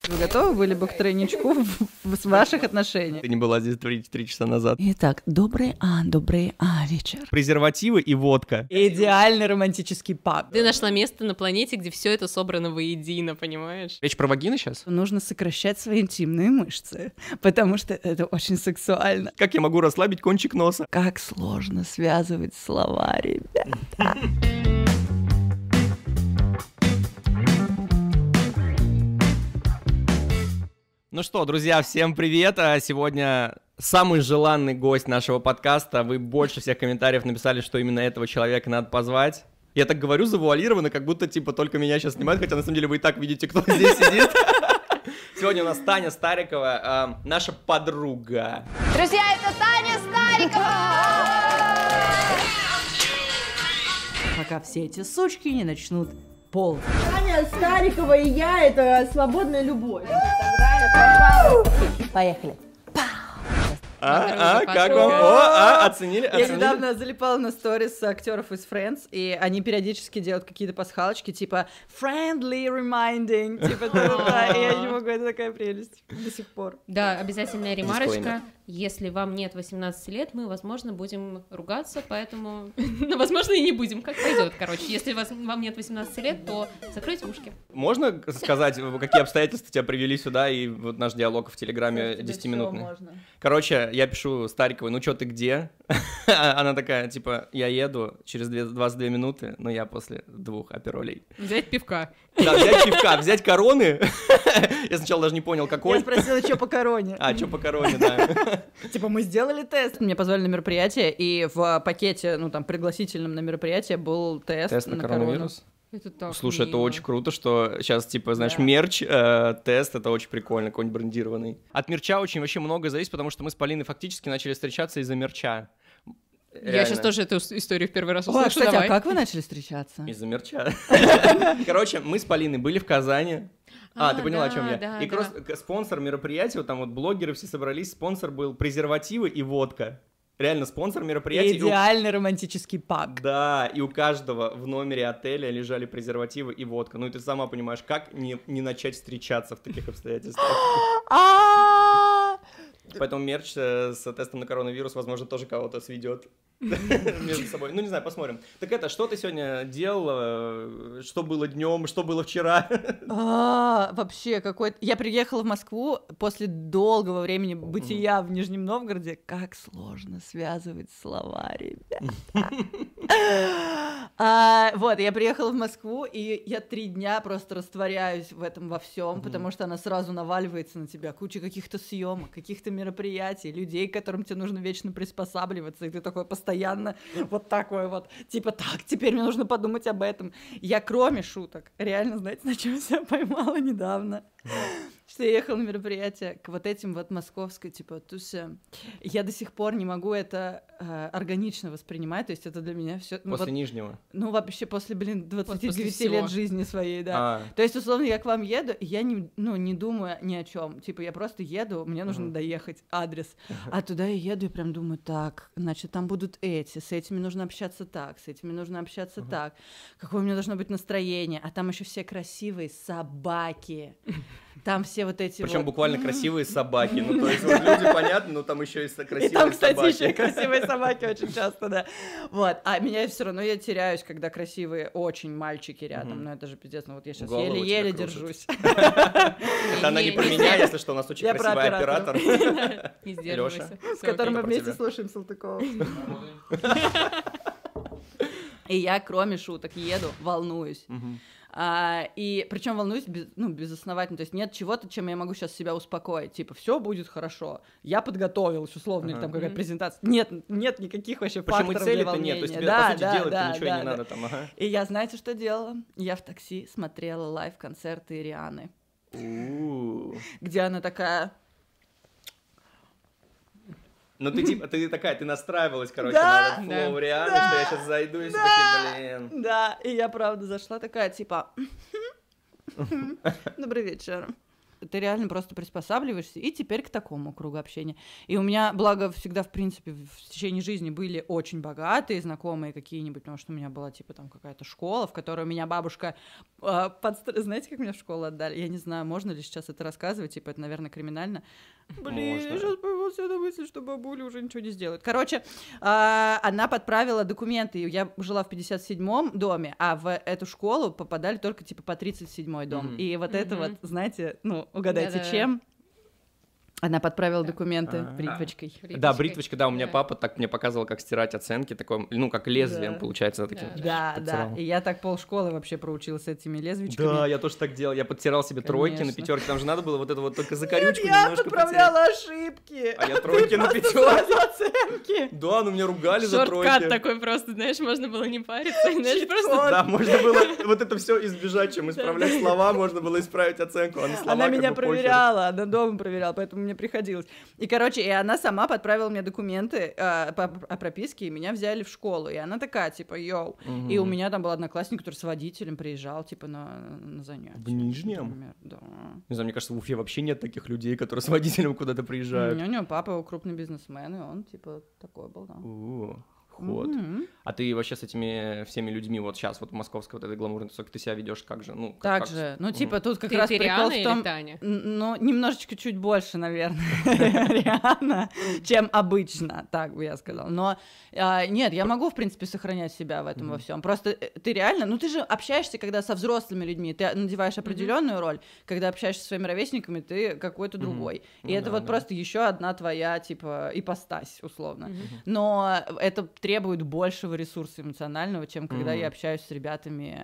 Вы готовы были бы к тройничку в ваших отношениях? Ты не была здесь 3 часа назад. Итак, добрый вечер. Презервативы и водка. Идеальный романтический паб. Ты нашла место на планете, где все это собрано воедино, понимаешь? Речь про вагины сейчас? Нужно сокращать свои интимные мышцы, потому что это очень сексуально. Как я могу расслабить кончик носа? Как сложно связывать слова, ребята. Ну что, друзья, всем привет! Сегодня самый желанный гость нашего подкаста. Вы больше всех комментариев написали, что именно этого человека надо позвать. Я так говорю завуалированно, как будто типа только меня сейчас снимают, хотя на самом деле вы и так видите, кто здесь сидит. Сегодня у нас Таня Старикова, наша подруга. Друзья, это Таня Старикова! Пока все эти сучки не начнут пол. Таня Старикова и я — это свободная любовь. Поехали. Как вам? Оценили? Я недавно залипала на сторис актеров из Friends, и они периодически делают какие-то пасхалочки, типа friendly reminding, типа да, и я не могу, это такая прелесть до сих пор. Да, обязательная ремарочка. Если вам нет 18 лет, мы, возможно, будем ругаться, поэтому... Ну, возможно, и не будем, как пойдет, короче. Если вам нет 18 лет, то закройте ушки. Можно сказать, какие обстоятельства тебя привели сюда, и вот наш диалог в Телеграме 10-минутный? Короче, я пишу Стариковой, ну чё, ты где? Она такая, типа, я еду через 22 минуты, но я после 2 аперолей. Взять пивка. Да, взять пивка, взять короны. Я сначала даже не понял, какой. Я спросила, что по короне. Что по короне, да. Типа, мы сделали тест. Меня позвали на мероприятие, и в пакете, ну, там, пригласительном на мероприятие был тест на коронавирус? Это так Слушай, это мило. очень круто, что сейчас, типа, знаешь, Да. мерч, тест, это очень прикольно, какой-нибудь брендированный. От мерча очень вообще много зависит, потому что мы с Полиной фактически начали встречаться из-за мерча. Я сейчас тоже эту историю в первый раз О, услышу, кстати, давай. а как вы начали встречаться? Из-за мерча. Короче, мы с Полиной были в Казани. Ты поняла, о чем я? да, И просто спонсор мероприятия, вот там вот блогеры все собрались, спонсор был презервативы и водка. Реально спонсор мероприятия. Идеальный романтический пак. Да, и у каждого в номере отеля лежали презервативы и водка. Ну и ты сама понимаешь, как не начать встречаться в таких обстоятельствах. Поэтому мерч с тестом на коронавирус, возможно, тоже кого-то сведет между собой. Ну, не знаю, посмотрим. Так это, что ты сегодня делала? Что было днем? Что было вчера? Вообще, какой-то... Я приехала в Москву после долгого времени бытия в Нижнем Новгороде. Как сложно связывать слова, ребята. Вот, я приехала в Москву, и я 3 дня просто растворяюсь в этом во всем, потому что она сразу наваливается на тебя. Куча каких-то съемок, каких-то мероприятий, людей, к которым тебе нужно вечно приспосабливаться, и ты такой постоянно вот такой вот, типа, так, теперь мне нужно подумать об этом. Я, кроме шуток, реально, знаете, на чем себя поймала недавно? Что я ехала на мероприятие к вот этим вот московской, типа, тусе. Я до сих пор не могу это органично воспринимать, то есть это для меня все. После Нижнего? Ну, вообще, после, 29 всего. лет жизни своей, да. То есть, условно, я к вам еду, и я не думаю ни о чем. Типа, я просто еду, мне нужно доехать, адрес. А туда я еду и прям думаю, так, значит, там будут эти, с этими нужно общаться так, с этими нужно общаться так. Какое у меня должно быть настроение? А там еще все красивые собаки. Там все вот эти Причем вот... буквально красивые собаки. Ну, то есть, вот люди, понятно, но там еще и красивые собаки. И там, кстати, еще и красивые собаки очень часто, да. Вот, а меня все равно, я теряюсь, когда красивые очень мальчики рядом. Ну, это же пиздец, ну вот я сейчас Голову еле-еле тебя кружит. держусь. Это она не про меня, если что, у нас очень Я про красивый оператор. Не сдерживайся. С которым мы про вместе тебя. слушаем Салтыкова. И я, кроме шуток, еду, волнуюсь. И причем волнуюсь безосновательно, то есть нет чего-то, чем я могу сейчас себя успокоить, типа, все будет хорошо, я подготовилась, условно, или там какая-то презентация, нет никаких вообще Причем и факторов для цели-то волнения. нет, то есть тебе, по сути, делать-то ничего не надо там, И я, знаете, что делала? Я в такси смотрела лайв-концерты Рианы, где она такая... Ну ты типа, ты настраивалась, короче, Да, на этот флоу Рианы, да, что я сейчас зайду и все такие, блин. Да, и я правда зашла такая, типа, добрый вечер, ты реально просто приспосабливаешься, и теперь к такому кругу общения. И у меня, благо, всегда, в принципе, в течение жизни были очень богатые знакомые какие-нибудь, потому что у меня была, типа, там какая-то школа, в которой у меня бабушка... Знаете, как меня в школу отдали? Я не знаю, можно ли сейчас это рассказывать, типа, это, наверное, криминально. Блин, я сейчас появилась эта мысль, что бабуля уже ничего не сделает. Короче, она подправила документы, я жила в 57-м доме, а в эту школу попадали только, типа, по 37-й дом. И вот это вот, знаете, ну, угадайте, чем? Она подправила документы бритвочкой. Да, бритвочка, да, у меня папа так мне показывал, как стирать оценки, такой, ну, как лезвием, получается, таким. Да, и я так полшколы вообще проучилась этими лезвичками. Да, я тоже так делал, я подтирал себе тройки на пятерки, там же надо было вот это вот только закорючку я немножко подправляла ошибки. А я тройки на пятерки. Оценки. Да, ну меня ругали за тройки. Шорткат такой просто, знаешь, можно было не париться, знаешь, просто... Да, можно было вот это все избежать, чем исправлять слова, можно было исправить оценку, а на слова она как меня бы похер. проверяла, она дома проверяла, поэтому мне приходилось. И, короче, и она сама подправила мне документы о прописке, и меня взяли в школу. И она такая, типа, йоу. И у меня там был одноклассник, который с водителем приезжал, типа, на занятия. В Нижнем? Например. Да. Не знаю, мне кажется, в Уфе вообще нет таких людей, которые с водителем куда-то приезжают. У него папа крупный бизнесмен, и он, типа, такой был, да. Вот. А ты вообще с этими всеми людьми вот сейчас, вот в московской вот этой гламурной тусовке, ты себя ведешь как же? Ну, так же. Ну, типа, тут как ты раз прикол прикол в том... или Таня? Ну, немножечко чуть больше, наверное, Риана, чем обычно, так бы я сказала. Но нет, я могу, в принципе, сохранять себя в этом во всем. Просто ты реально... Ну, ты же общаешься, когда со взрослыми людьми, ты надеваешь определенную роль, когда общаешься со своими ровесниками, ты какой-то другой. И это вот просто еще одна твоя, типа, ипостась, условно. Но это требует большего ресурса эмоционального, чем когда я общаюсь с ребятами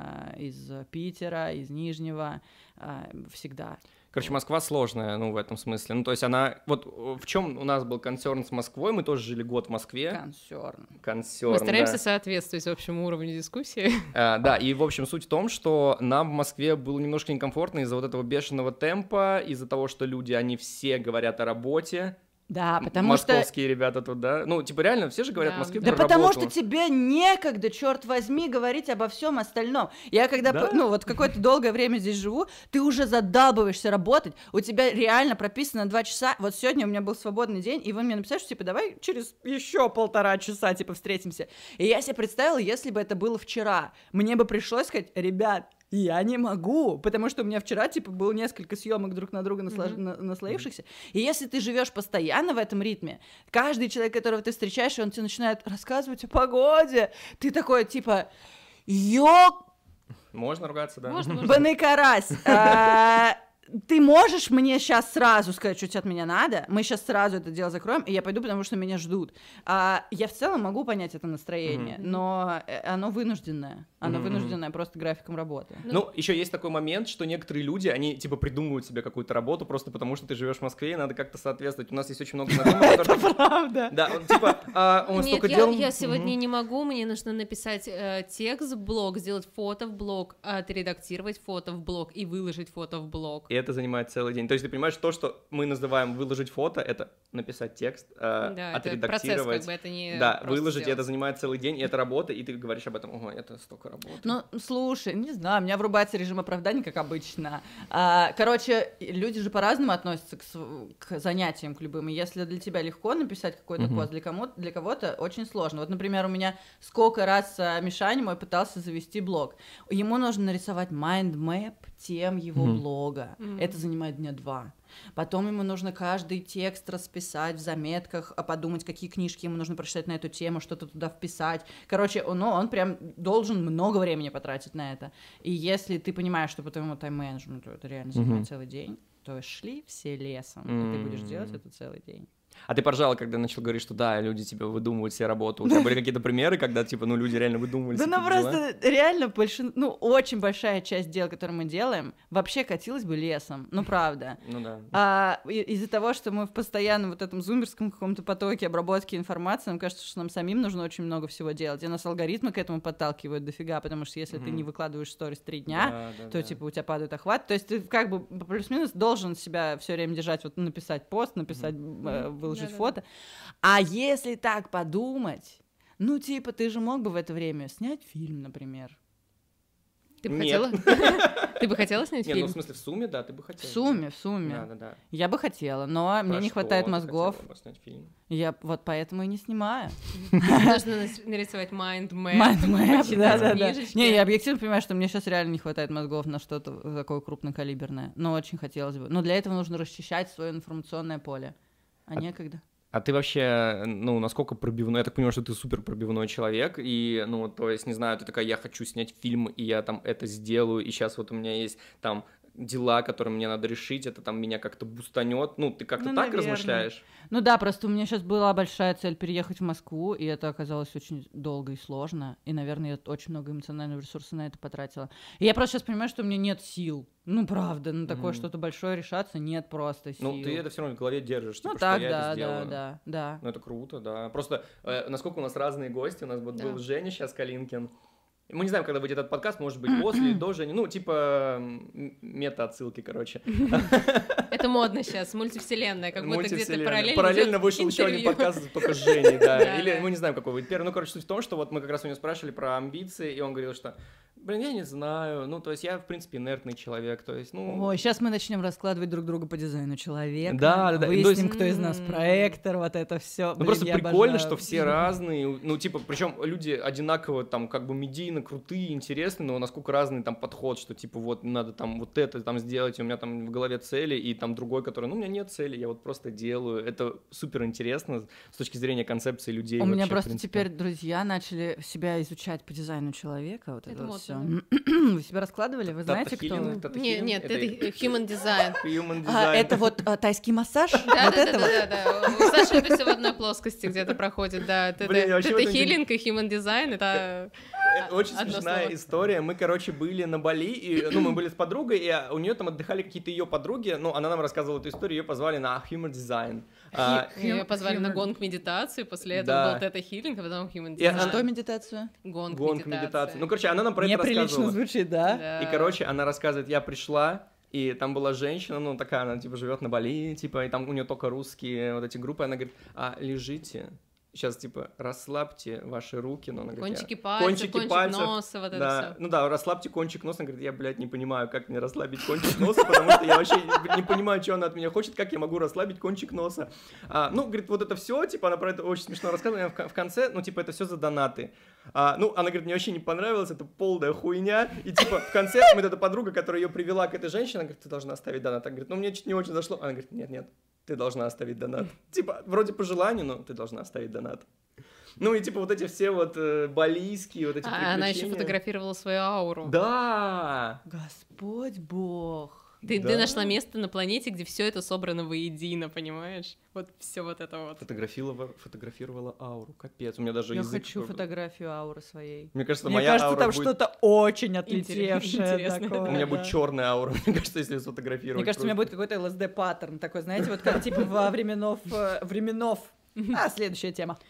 из Питера, из Нижнего, всегда. Короче, Москва сложная, ну, в этом смысле. Ну, то есть она... Вот в чем у нас был консерн с Москвой, мы тоже жили год в Москве. Консерн, Мы стараемся да. соответствовать общему уровню дискуссии. Да, и, в общем, суть в том, что нам в Москве было немножко некомфортно из-за вот этого бешеного темпа, из-за того, что люди, они все говорят о работе. Да, потому что... Московские ребята тут, да? Ну, типа, реально, все же говорят в Москве да про потому работу. что тебе некогда, черт возьми, говорить обо всем остальном. Я когда, ну, вот какое-то долгое время здесь живу, ты уже задалбываешься работать, у тебя реально прописано 2 часа. Вот сегодня у меня был свободный день, и вы мне написали, что, типа, давай через еще 1,5 часа, типа, встретимся. И я себе представила, если бы это было вчера, мне бы пришлось сказать, ребят, я не могу, потому что у меня вчера, типа, было несколько съемок друг на друга наслоившихся. И если ты живешь постоянно в этом ритме, каждый человек, которого ты встречаешь, он тебе начинает рассказывать о погоде. Ты такой, типа, Можно ругаться, да? Можно. Баный карась. Ты можешь мне сейчас сразу сказать, что тебе от меня надо? Мы сейчас сразу это дело закроем, и я пойду, потому что меня ждут. Я в целом могу понять это настроение, но оно вынужденное. Оно вынужденное просто графиком работы. Ну, еще есть такой момент, что некоторые люди, они, типа, придумывают себе какую-то работу просто потому, что ты живешь в Москве, и надо как-то соответствовать. У нас есть очень много знакомых, которые... Это правда. Да, типа, он столько дел... я сегодня не могу, мне нужно написать текст в блог, сделать фото в блог, отредактировать фото в блог и выложить фото в блог. И это занимает целый день. То есть ты понимаешь, то, что мы называем выложить фото, это написать текст, отредактировать. Это процесс, как бы, это не да, выложить, сделать. это занимает целый день, и это работа, и ты говоришь об этом, ого, это столько работы. Ну, слушай, не знаю, у меня врубается режим оправдания, как обычно. Короче, люди же по-разному относятся к занятиям, к любым. И если для тебя легко написать какой-то пост, для кого-то очень сложно. Вот, например, у меня сколько раз Мишаня мой пытался завести блог. Ему нужно нарисовать майндмэп тем его блога. Это занимает дня 2. Потом ему нужно каждый текст расписать в заметках, подумать, какие книжки ему нужно прочитать на эту тему, что-то туда вписать. Короче, он прям должен много времени потратить на это. И если ты понимаешь, что по твоему тайм-менеджменту это реально занимает целый день, то шли все лесом, и ты будешь делать это целый день. А ты поржала, когда начал говорить, что да, люди, типа, выдумывают себе работу. У тебя были какие-то примеры, когда, типа, ну, люди реально выдумывали себе Да, ну, просто реально очень большая часть дел, которые мы делаем, вообще катилась бы лесом, ну, правда. Ну, да. Из-за того, что мы в постоянном вот этом зумерском каком-то потоке обработки информации, нам кажется, что нам самим нужно очень много всего делать, и нас алгоритмы к этому подталкивают дофига, потому что если ты не выкладываешь сторис 3 дня, то, типа, у тебя падает охват, то есть ты, как бы, плюс-минус должен себя все время держать, вот, написать пост, написать, выложить фото. А если так подумать, ну, типа, ты же мог бы в это время снять фильм, например. Ты бы Нет. хотела? Ты бы хотела снять Нет, ну фильм? в смысле в сумме, да, ты бы хотела. В сумме. Да. Я бы хотела, но мне Про не что хватает ты мозгов. хотела бы снять фильм? Я вот поэтому и не снимаю. Нужно нарисовать mind map. Mindmap, да. книжечки. Не, я объективно понимаю, что мне сейчас реально не хватает мозгов на что-то такое крупнокалиберное, но очень хотелось бы. Но для этого нужно расчищать свое информационное поле, а некогда. А ты вообще, ну, насколько пробивной? Я так понимаю, что ты супер пробивной человек, и, ну, то есть, не знаю, ты такая, я хочу снять фильм, и я там это сделаю, и сейчас вот у меня есть там дела, которые мне надо решить, это там меня как-то бустанет. Ну, ты как-то Ну, так наверное. размышляешь? Ну да, просто у меня сейчас была большая цель переехать в Москву, и это оказалось очень долго и сложно, и, наверное, я очень много эмоционального ресурса на это потратила. И я просто сейчас понимаю, что у меня нет сил. Ну, правда, на такое что-то большое решаться нет просто сил. Ну, ты это все равно в голове держишь, типа, Ну что так, я это сделаю. да. Ну, это круто, да. Просто, насколько у нас разные гости, у нас вот Да. был Женя сейчас Калинкин. Мы не знаем, когда выйдет этот подкаст, может быть, после или до Жени. Ну, типа, мета-отсылки, короче. Это модно сейчас, мультивселенная, как будто где-то Мультивселенная. параллельно идёт вышел еще один интервью. подкаст только с Женей, да. Да, Или да. мы не знаем, какой будет первый. Ну, короче, суть в том, что вот мы как раз у него спрашивали про амбиции, и он говорил, что, блин, я не знаю. Ну, то есть я, в принципе, инертный человек. То есть, ну... Ой, сейчас мы начнем раскладывать друг друга по дизайну человека. Да. Выясним, То кто из нас проектор, вот это все. Ну, просто прикольно, что все разные, ну, типа, причем люди одинаково, там, как бы медийно крутые, интересные, но насколько разный там подход, что, типа, вот, надо там вот это там сделать, и у меня там в голове цели, и там другой, который, ну, у меня нет цели, я вот просто делаю. Это супер интересно с точки зрения концепции людей. У меня вообще, в просто принципе. теперь друзья начали себя изучать по дизайну человека. Вот это Это вот модно, все. Вы себя раскладывали? Вы знаете, кто вы? Нет, это human design. Human А, design. это вот тайский массаж? Да, Вот да, это вот? да. У Саши это все в одной плоскости где-то проходит, да. Блин, я вообще в этом не- Хилинг и human design, это Это очень одно смешная слово. история. Мы, короче, были на Бали, и, ну, мы были с подругой, и у нее там отдыхали какие-то ее подруги, ну, она нам рассказывала эту историю, ее позвали на Human Design. Ее позвали на гонг-медитацию, после этого Да. был тета-хилинг, а потом human И она- design. Что медитацию? Гонг-медитация. Ну, короче, она нам про это Неприлично рассказывала. звучит, да? Да. И, короче, она рассказывает, я пришла, и там была женщина, ну, такая, она, типа, живет на Бали, типа, и там у нее только русские вот эти группы, она говорит, лежите, сейчас, типа, расслабьте ваши руки, но она говорит, Кончики пальцев, кончик пальцев, носа, вот это да, все. ну да, расслабьте кончик носа, она говорит, я, блядь, не понимаю, как мне расслабить кончик носа, потому что я вообще не понимаю, что она от меня хочет, как я могу расслабить кончик носа. Ну, говорит, вот это все, типа, она про это очень смешно рассказывала, в конце, ну, типа, это все за донаты. Ну, она говорит, мне вообще не понравилось, это полная хуйня, и, типа, в конце, вот эта подруга, которая ее привела к этой женщине, она говорит, ты должна оставить донат. Она говорит, ну, мне чуть не очень зашло. Она говорит, нет, ты должна оставить донат. Типа, вроде по желанию, но ты должна оставить донат. Ну, и, типа, вот эти все вот балийские вот эти приключения. Она еще фотографировала свою ауру. Да! Господь Бог. Ты Да. нашла место на планете, где все это собрано воедино, понимаешь? Вот все вот это вот. Фотографировала ауру, капец, у меня даже Я язык... хочу фотографию ауры своей. Мне кажется, Мне моя кажется, аура там будет... что-то очень отлетевшее Интересно. такое. У меня да. будет черная аура, мне кажется, если сфотографировать. Мне кажется, у меня будет какой-то ЛСД-паттерн такой, знаете, вот как типа во временов... Следующая тема.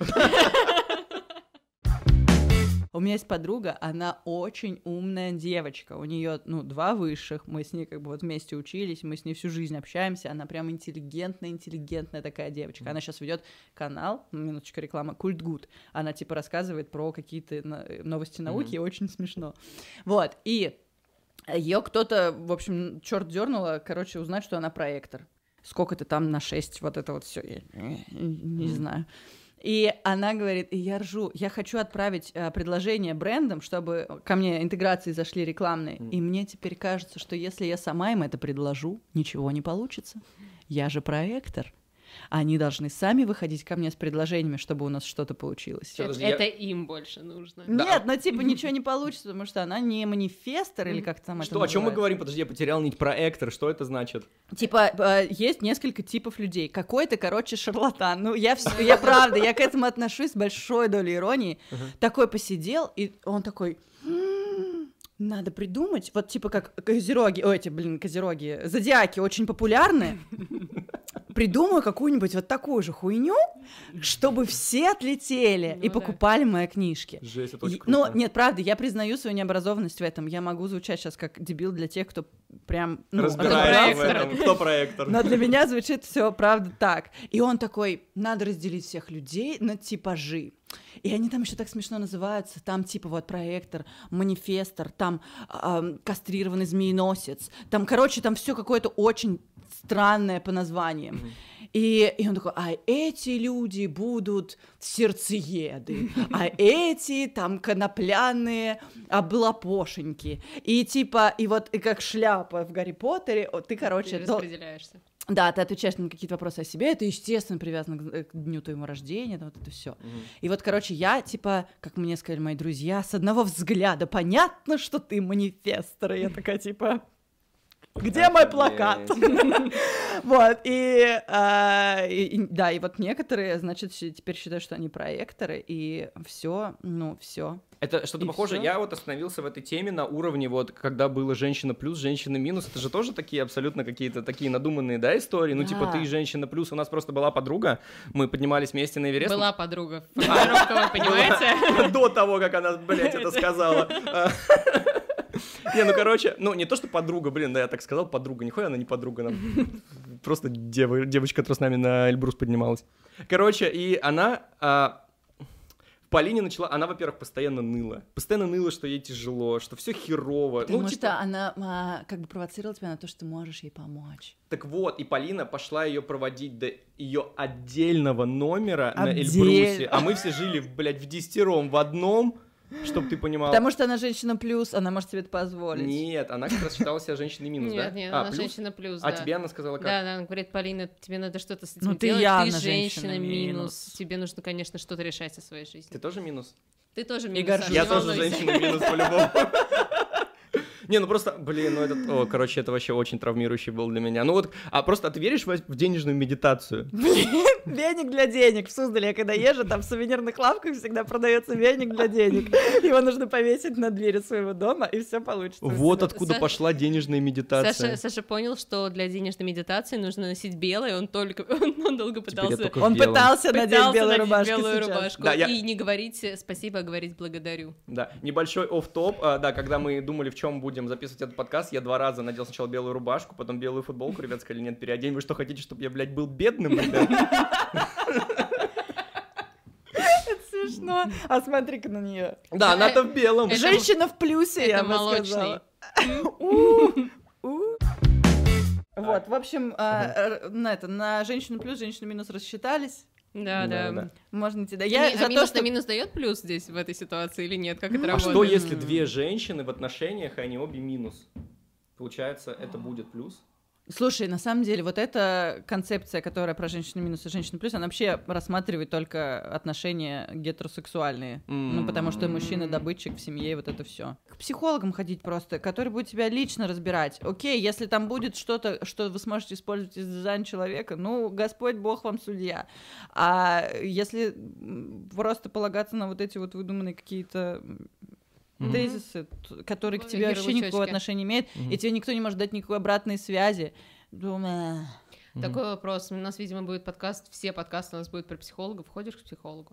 У меня есть подруга, она очень умная девочка. У нее, 2 высших. Мы с ней как бы вот вместе учились, мы с ней всю жизнь общаемся. Она прям интеллигентная такая девочка. Она сейчас ведет канал, минуточка реклама, Культ Гуд. Она типа рассказывает про какие-то новости науки, и очень смешно. Вот, и ее кто-то, в общем, черт дернуло, короче, узнать, что она проектор. Сколько-то там на 6, вот это вот все, я не знаю. И она говорит, и я ржу, я хочу отправить предложение брендам, чтобы ко мне интеграции зашли рекламные. И мне теперь кажется, что если я сама им это предложу, ничего не получится. Я же проектор. Они должны сами выходить ко мне с предложениями, чтобы у нас что-то получилось. Подожди, Это им больше нужно. Нет, типа ничего не получится, потому что она не манифестор или как там это Что, о чем мы называется. говорим? Подожди, я потерял нить. Проектор, что это значит? Типа, есть несколько типов людей. Какой-то, короче, шарлатан. Ну, я правда, я к этому отношусь с большой долей иронии. Такой посидел, и он такой... Надо придумать, вот типа как козероги, козероги, зодиаки очень популярны. Придумаю какую-нибудь вот такую же хуйню, чтобы все отлетели и да. покупали мои книжки. Жесть, это очень Но круто. нет, правда, я признаю свою необразованность в этом. Я могу звучать сейчас как дебил для тех, кто прям Разбирается в проектор. этом. Кто проектор? но для меня звучит все правда так. И он такой, надо разделить всех людей на типажи. И они там еще так смешно называются. Там типа вот проектор, манифестор, там кастрированный змееносец. Там, короче, там все какое-то очень странное по названиям. И он такой, а эти люди будут сердцееды, а эти там конопляные облапошеньки. И типа, и вот и как шляпа в Гарри Поттере, ты, короче... Ты распределяешься. Да, ты отвечаешь на какие-то вопросы о себе, это, естественно, привязано к дню твоего рождения, вот это все. И вот, короче, я, типа, как мне сказали мои друзья, с одного взгляда понятно, что ты манифестор. И я такая, типа... Где мой плакат? Вот, да, и вот некоторые, значит, теперь считают, что они проекторы, и все, все. Это что-то похоже, я вот остановился в этой теме на уровне, вот, когда было женщина плюс, женщина минус, это же тоже такие абсолютно какие-то такие надуманные, да, истории? Ну, типа, ты женщина плюс, у нас просто была подруга, мы поднимались вместе на Эверест. Была подруга, формулировка, вы понимаете? До того, как она, блядь, это сказала. Не, ну, короче, ну, не то, что подруга, блин, да, я так сказал, подруга, нихуя она не подруга, она просто девочка, которая с нами на Эльбрус поднималась. Короче, и она... Полине начала, она, во-первых, постоянно ныла, что ей тяжело, что все херово. Потому что она как бы провоцировала тебя на то, что ты можешь ей помочь. Так вот, и Полина пошла ее проводить до ее отдельного номера на Эльбрусе, а мы все жили, блядь, в 10-ром в одном, чтобы ты понимал. Потому что она женщина плюс, она может себе это позволить. Нет, она как раз считала себя женщиной минус, да? Нет, она женщина плюс, да. А тебе она сказала как? Да, она говорит, Полина, тебе надо что-то с этим делать, ты женщина минус. Тебе нужно, конечно, что-то решать со своей жизнью. Ты тоже минус? Ты тоже минус. Я тоже женщина минус по-любому. Не, ну просто, блин, ну этот, короче, это вообще очень травмирующий был для меня. Ну вот, а ты веришь в денежную медитацию? Блин, веник для денег. В Суздале я когда езжу, там в сувенирных лавках всегда продается веник для денег. Его нужно повесить на двери своего дома, и все получится. Вот откуда пошла денежная медитация. Саша понял, что для денежной медитации нужно носить белое, он долго пытался... Он пытался надеть белую рубашку. И не говорить спасибо, а говорить благодарю. Да, небольшой офф-топ. Да, когда мы думали, в чем будем записывать этот подкаст, я 2 раза надел сначала белую рубашку, потом белую футболку. Ребят сказали, нет, переодень. Вы что, хотите, чтобы я, блядь, был бедным, ребят? Это смешно. А смотри-ка на нее. Да, она-то в белом. Женщина в плюсе, я бы сказала. Вот, в общем, на женщину плюс, женщину минус рассчитались. Да. Можно тебе... минус на минус дает плюс здесь, в этой ситуации, или нет? Как это работает? А что, если 2 женщины в отношениях, и они обе минус? Получается, это будет плюс? Слушай, на самом деле, вот эта концепция, которая про женщину минус и женщину плюс, она вообще рассматривает только отношения гетеросексуальные. Ну, потому что мужчина добытчик в семье, и вот это все. К психологам ходить просто, который будет тебя лично разбирать. Окей, если там будет что-то, что вы сможете использовать из дизайна человека, ну, Господь Бог вам судья. А если просто полагаться на вот эти вот выдуманные какие-то... тезисы, которые к тебе вообще никакого отношения имеют, и тебе никто не может дать никакой обратной связи. Думаю... Такой вопрос. У нас, видимо, будет подкаст, все подкасты у нас будут про психологов. Ходишь к психологу?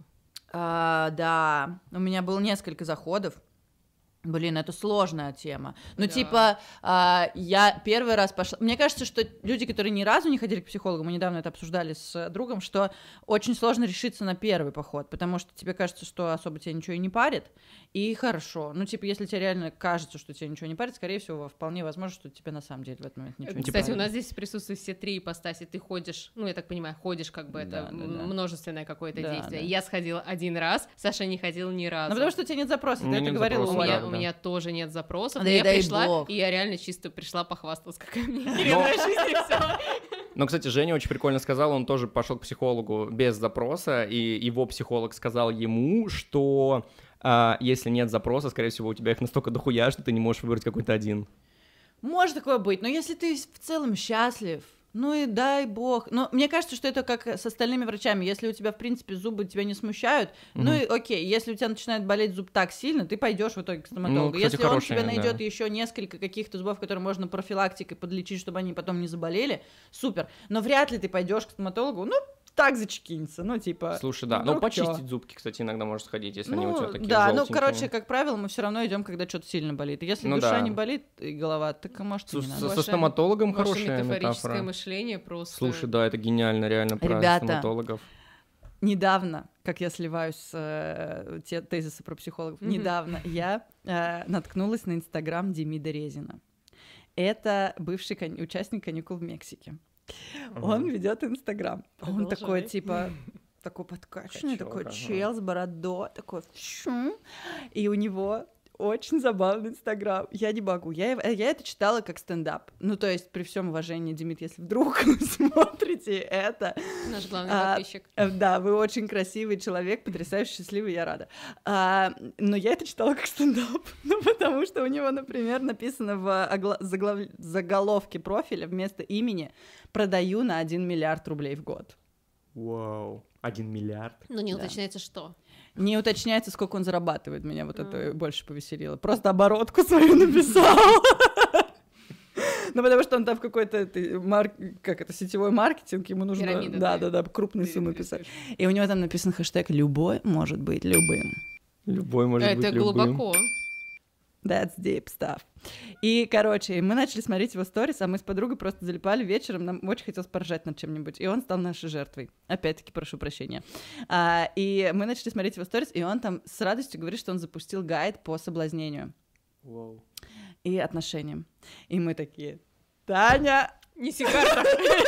Да, у меня было несколько заходов. Блин, это сложная тема. Ну, да. типа, я первый раз пошла... Мне кажется, что люди, которые ни разу не ходили к психологу, мы недавно это обсуждали с другом, что очень сложно решиться на первый поход, потому что тебе кажется, что особо тебя ничего и не парит, и хорошо. Ну, типа, если тебе реально кажется, что тебе ничего не парит, скорее всего, вполне возможно, что тебе на самом деле в этот момент ничего не парит. Кстати, у нас здесь присутствуют все 3 ипостаси. Ты ходишь, ну, я так понимаю, ходишь, как бы это множественное какое-то действие. Да. Я сходила 1 раз, Саша не ходила ни разу. Ну, потому что у тебя нет запроса, ты это говорила. У меня тоже нет запросов. Да, я пришла, и я реально чисто пришла похвасталась, какая у меня интересная жизнь, и всё. Но, кстати, Женя очень прикольно сказал, он тоже пошел к психологу без запроса, и его психолог сказал ему, что если нет запроса, скорее всего, у тебя их настолько дохуя, что ты не можешь выбрать какой-то один. Может такое быть, но если ты в целом счастлив, ну и дай бог. Но мне кажется, что это как с остальными врачами. Если у тебя, в принципе, зубы тебя не смущают, ну и окей, если у тебя начинает болеть зуб так сильно, ты пойдешь в итоге к стоматологу. Ну, кстати, если он тебе найдет еще несколько каких-то зубов, которые можно профилактикой подлечить, чтобы они потом не заболели, супер. Но вряд ли ты пойдешь к стоматологу, ну, так зачекинься, ну, типа... Слушай, да, ну, почистить зубки, кстати, иногда можно сходить, если они у тебя такие да, желтенькие. Ну, короче, как правило, мы все равно идем, когда что-то сильно болит. И если душа не болит, и голова, так, может, и не надо. Со стоматологом хорошая метафорическое метафора. мышление просто... Слушай, да, это гениально, реально, про стоматологов. недавно, как я сливаюсь с тезиса про психологов, недавно я наткнулась на Инстаграм Демида Резина. Это бывший участник каникул в Мексике. Он ведет Инстаграм. Он такой, типа, такой подкачанный, такой чел с бородой, такой... И у него... Очень забавный Инстаграм. Я не могу. Я это читала как стендап. Ну, то есть, при всем уважении, Демид, если вдруг вы смотрите это... Наш главный подписчик. Да, вы очень красивый человек, потрясающе счастливый, я рада. Но я это читала как стендап. Ну, потому что у него, например, написано в заголовке профиля вместо имени «Продаю на 1 миллиард рублей в год». Вау. 1 миллиард? Ну, не уточняется, что. Не уточняется, сколько он зарабатывает. Меня вот это больше повеселило. Просто оборотку свою написал. Ну, потому что он там в какой-то сетевой маркетинг, ему нужно да, крупные суммы писать. И у него там написан хэштег «Любой может быть любым». Любой может быть любым. Это глубоко. That's deep stuff. И, короче, мы начали смотреть его сторис, а мы с подругой просто залипали вечером, нам очень хотелось поржать над чем-нибудь, и он стал нашей жертвой. Опять-таки, прошу прощения. И мы начали смотреть его сторис, и он там с радостью говорит, что он запустил гайд по соблазнению. Wow. И отношениям. И мы такие: Таня! Неси карту.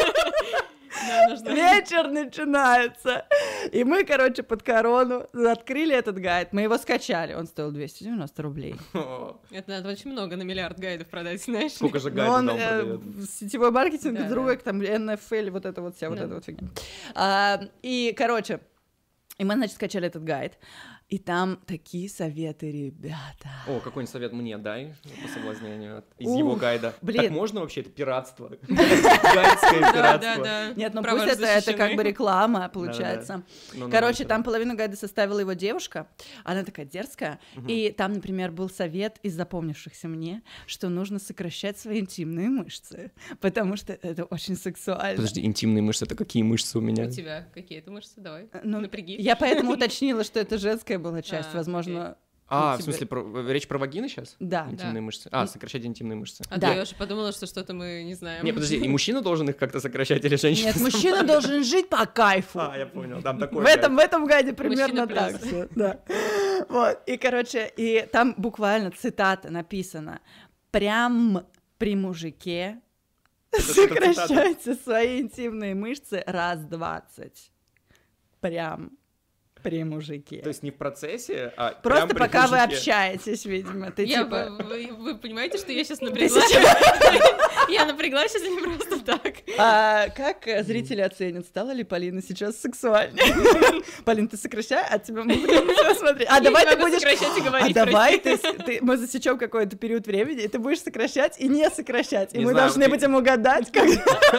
Вечер начинается. И мы, короче, под корону открыли этот гайд. Мы его скачали. Он стоил 290 рублей. Это надо очень много на миллиард гайдов продать, знаешь. Сколько же гайдов там продает? Сетевой маркетинг, другой, там, NFL, вот это вот вся вот эта вот фигня. И, короче, мы, значит, скачали этот гайд. И там такие советы, ребята. О, какой-нибудь совет мне дай по соблазнению из его гайда. Блин. Так можно вообще? Это пиратство. Гайдское пиратство. Да. Нет, ну пусть это как бы реклама, получается. Короче, там половину гайда составила его девушка. Она такая дерзкая. И там, например, был совет из запомнившихся мне, что нужно сокращать свои интимные мышцы, потому что это очень сексуально. Подожди, интимные мышцы — это какие мышцы у меня? У тебя какие-то мышцы? Давай, Ну, напряги. я поэтому уточнила, что это женская была часть, возможно... в смысле, речь про вагины сейчас? Да. Интимные мышцы. Сокращать интимные мышцы. Да, я уже подумала, что что-то мы не знаем. Не, подожди, и мужчина должен их как-то сокращать или женщина? Нет, мужчина должен жить по кайфу. Я понял, там такой В этом гайде примерно Мужчина так всё, да. Вот, и, короче, и там буквально цитата написана: «Прям при мужике сокращайте свои интимные мышцы раз 20». Прям при мужике. То есть не в процессе, а просто прям при пока вы мужике. общаетесь, видимо. Ты типа... Вы понимаете, что я сейчас напряглась? Я напряглась сейчас не просто так. Как зрители оценят, стала ли Полина сейчас сексуальнее? Полин, ты сокращай, а тебя мы смотреть. Давай ты будешь... сокращать и говорить. Давай мы засечем какой-то период времени, и ты будешь сокращать и не сокращать. И мы должны будем угадать, как...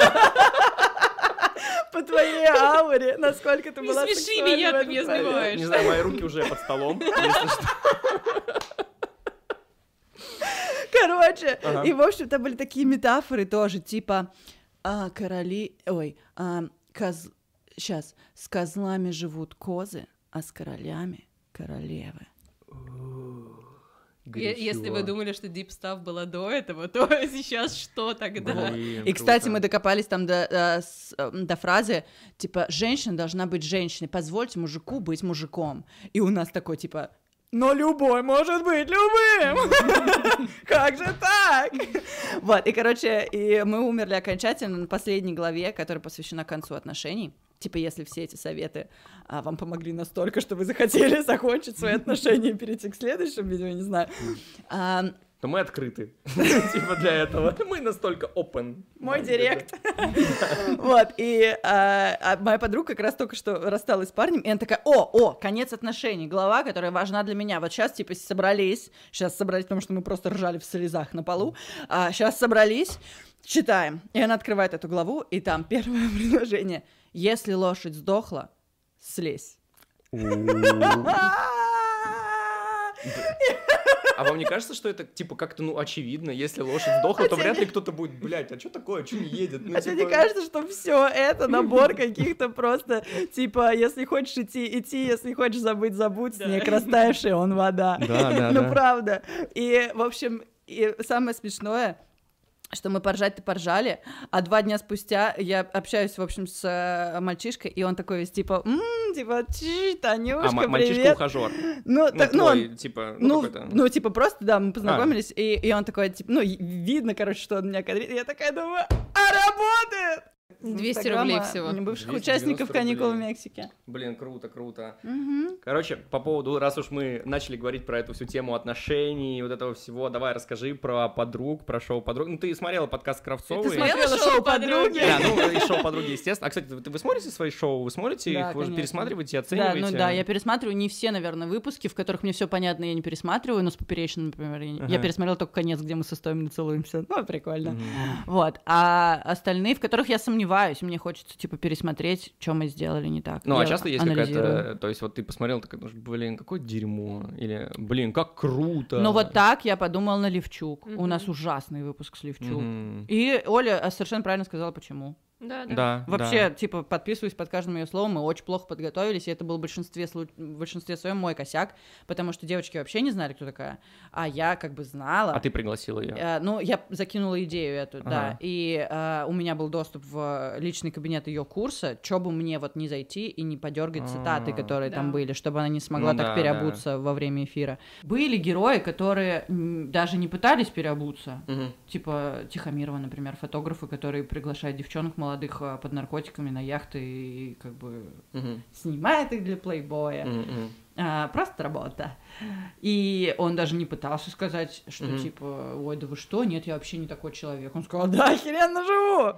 По твоей ауре, насколько ты была смеши сексуальной меня, в ты этот меня момент. сбиваешь. Не знаю, мои руки уже под столом, если что. Короче, и, в общем, там были такие метафоры тоже, типа, короли... Ой, сейчас, с козлами живут козы, а с королями королевы. Если вы думали, что Deep Stuff было до этого, то сейчас что тогда? И, кстати, мы докопались там до фразы, типа, женщина должна быть женщиной, позвольте мужику быть мужиком. И у нас такой, типа, но любой может быть любым! Как же так? Вот, и, короче, и мы умерли окончательно на последней главе, которая посвящена концу отношений. Типа, если все эти советы вам помогли настолько, что вы захотели закончить свои отношения и перейти к следующему видео, не знаю. То мы открыты, типа, для этого. Мы настолько open. Мой директ. Вот, и моя подруга как раз только что рассталась с парнем, и она такая: о, конец отношений, глава, которая важна для меня. Вот сейчас, типа, собрались, потому что мы просто ржали в слезах на полу, сейчас собрались, читаем. И она открывает эту главу, и там первое предложение: если лошадь сдохла, слезь. А вам не кажется, что это, типа, как-то, очевидно? Если лошадь сдохла, то вряд ли кто-то будет, блядь, а что такое, что не едет? Тебе не кажется, что все это набор каких-то просто, типа, если хочешь идти, если хочешь забыть, забудь, снег растаявший, он вода. Да. Ну, правда. И, в общем, и самое смешное, что мы поржать-то поржали, а 2 дня спустя я общаюсь, в общем, с мальчишкой, и он такой весь, типа, Танюшка, привет. Мальчишка-ухажёр. Типа, просто, да, мы познакомились, и он такой, типа, видно, короче, что он меня кадрит, и я такая думаю, работает! 200 рублей всего. Бывших участников каникул в Мексике. Блин, круто. Короче, по поводу, раз уж мы начали говорить про эту всю тему отношений и вот этого всего, давай расскажи про подруг, про шоу подруг. Ну, ты смотрела подкаст Кравцовой. Ты смотрела шоу подруги? Да, и шоу подруги, естественно. А, кстати, вы смотрите свои шоу? Вы смотрите их? Вы пересматриваете, оцениваете? Да, я пересматриваю не все, наверное, выпуски, в которых мне все понятно, я не пересматриваю, но с Поперечным, например, я пересмотрела только конец, где мы со Стоминой целуемся. Ну, прикольно. Вот. А остальные, в которых я сомневаюсь, мне хочется, типа, пересмотреть, что мы сделали не так. Ну, а часто есть какая-то... То есть вот ты посмотрел, такой, блин, какое дерьмо, или, блин, как круто. Ну, вот так я подумала на Левчук. У нас ужасный выпуск с Левчук. И Оля совершенно правильно сказала, почему. Да. Вообще, типа, подписываюсь под каждым ее словом, мы очень плохо подготовились, и это был в большинстве своем мой косяк, потому что девочки вообще не знали, кто такая, а я как бы знала. А ты пригласила ее? Ну, я закинула идею эту, да, и у меня был доступ в личный кабинет ее курса, чё бы мне вот не зайти и не подергать цитаты, которые там были, чтобы она не смогла так переобуться во время эфира. Были герои, которые даже не пытались переобуться, типа Тихомирова, например, фотографы, которые приглашают девчонок молодых под наркотиками на яхты и как бы снимает их для плейбоя. Просто работа. И он даже не пытался сказать, что типа, ой, да вы что, нет, я вообще не такой человек. Он сказал, да, охеренно живу.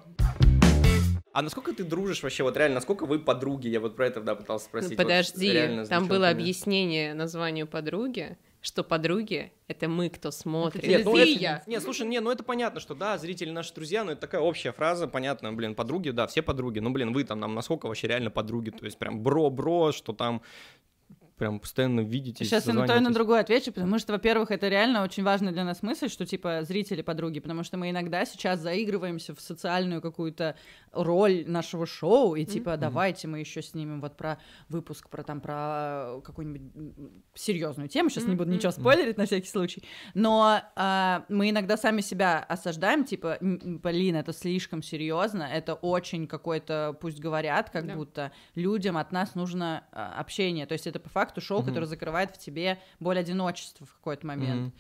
А насколько ты дружишь вообще, вот реально, насколько вы подруги? Я вот про это, да, пытался спросить. Подожди, вот, там было объяснение названию подруги, что подруги — это мы, кто смотрит. Нет, слушай, ну это понятно, что да, зрители наши друзья, но это такая общая фраза, понятно, блин, подруги, да, все подруги, ну, блин, вы там насколько вообще реально подруги, то есть прям бро-бро, что там прям постоянно видитесь. Сейчас я на то и на другое отвечу, потому что, во-первых, это реально очень важная для нас мысль, что, типа, зрители подруги, потому что мы иногда сейчас заигрываемся в социальную какую-то роль нашего шоу, и, типа, давайте мы еще снимем вот про выпуск, про какую-нибудь серьезную тему, сейчас не буду ничего спойлерить на всякий случай, но мы иногда сами себя осаждаем, типа, блин, это слишком серьезно, это очень какой-то, пусть говорят, как будто людям от нас нужно общение, то есть это по факту шоу, которое закрывает в тебе боль одиночества в какой-то момент.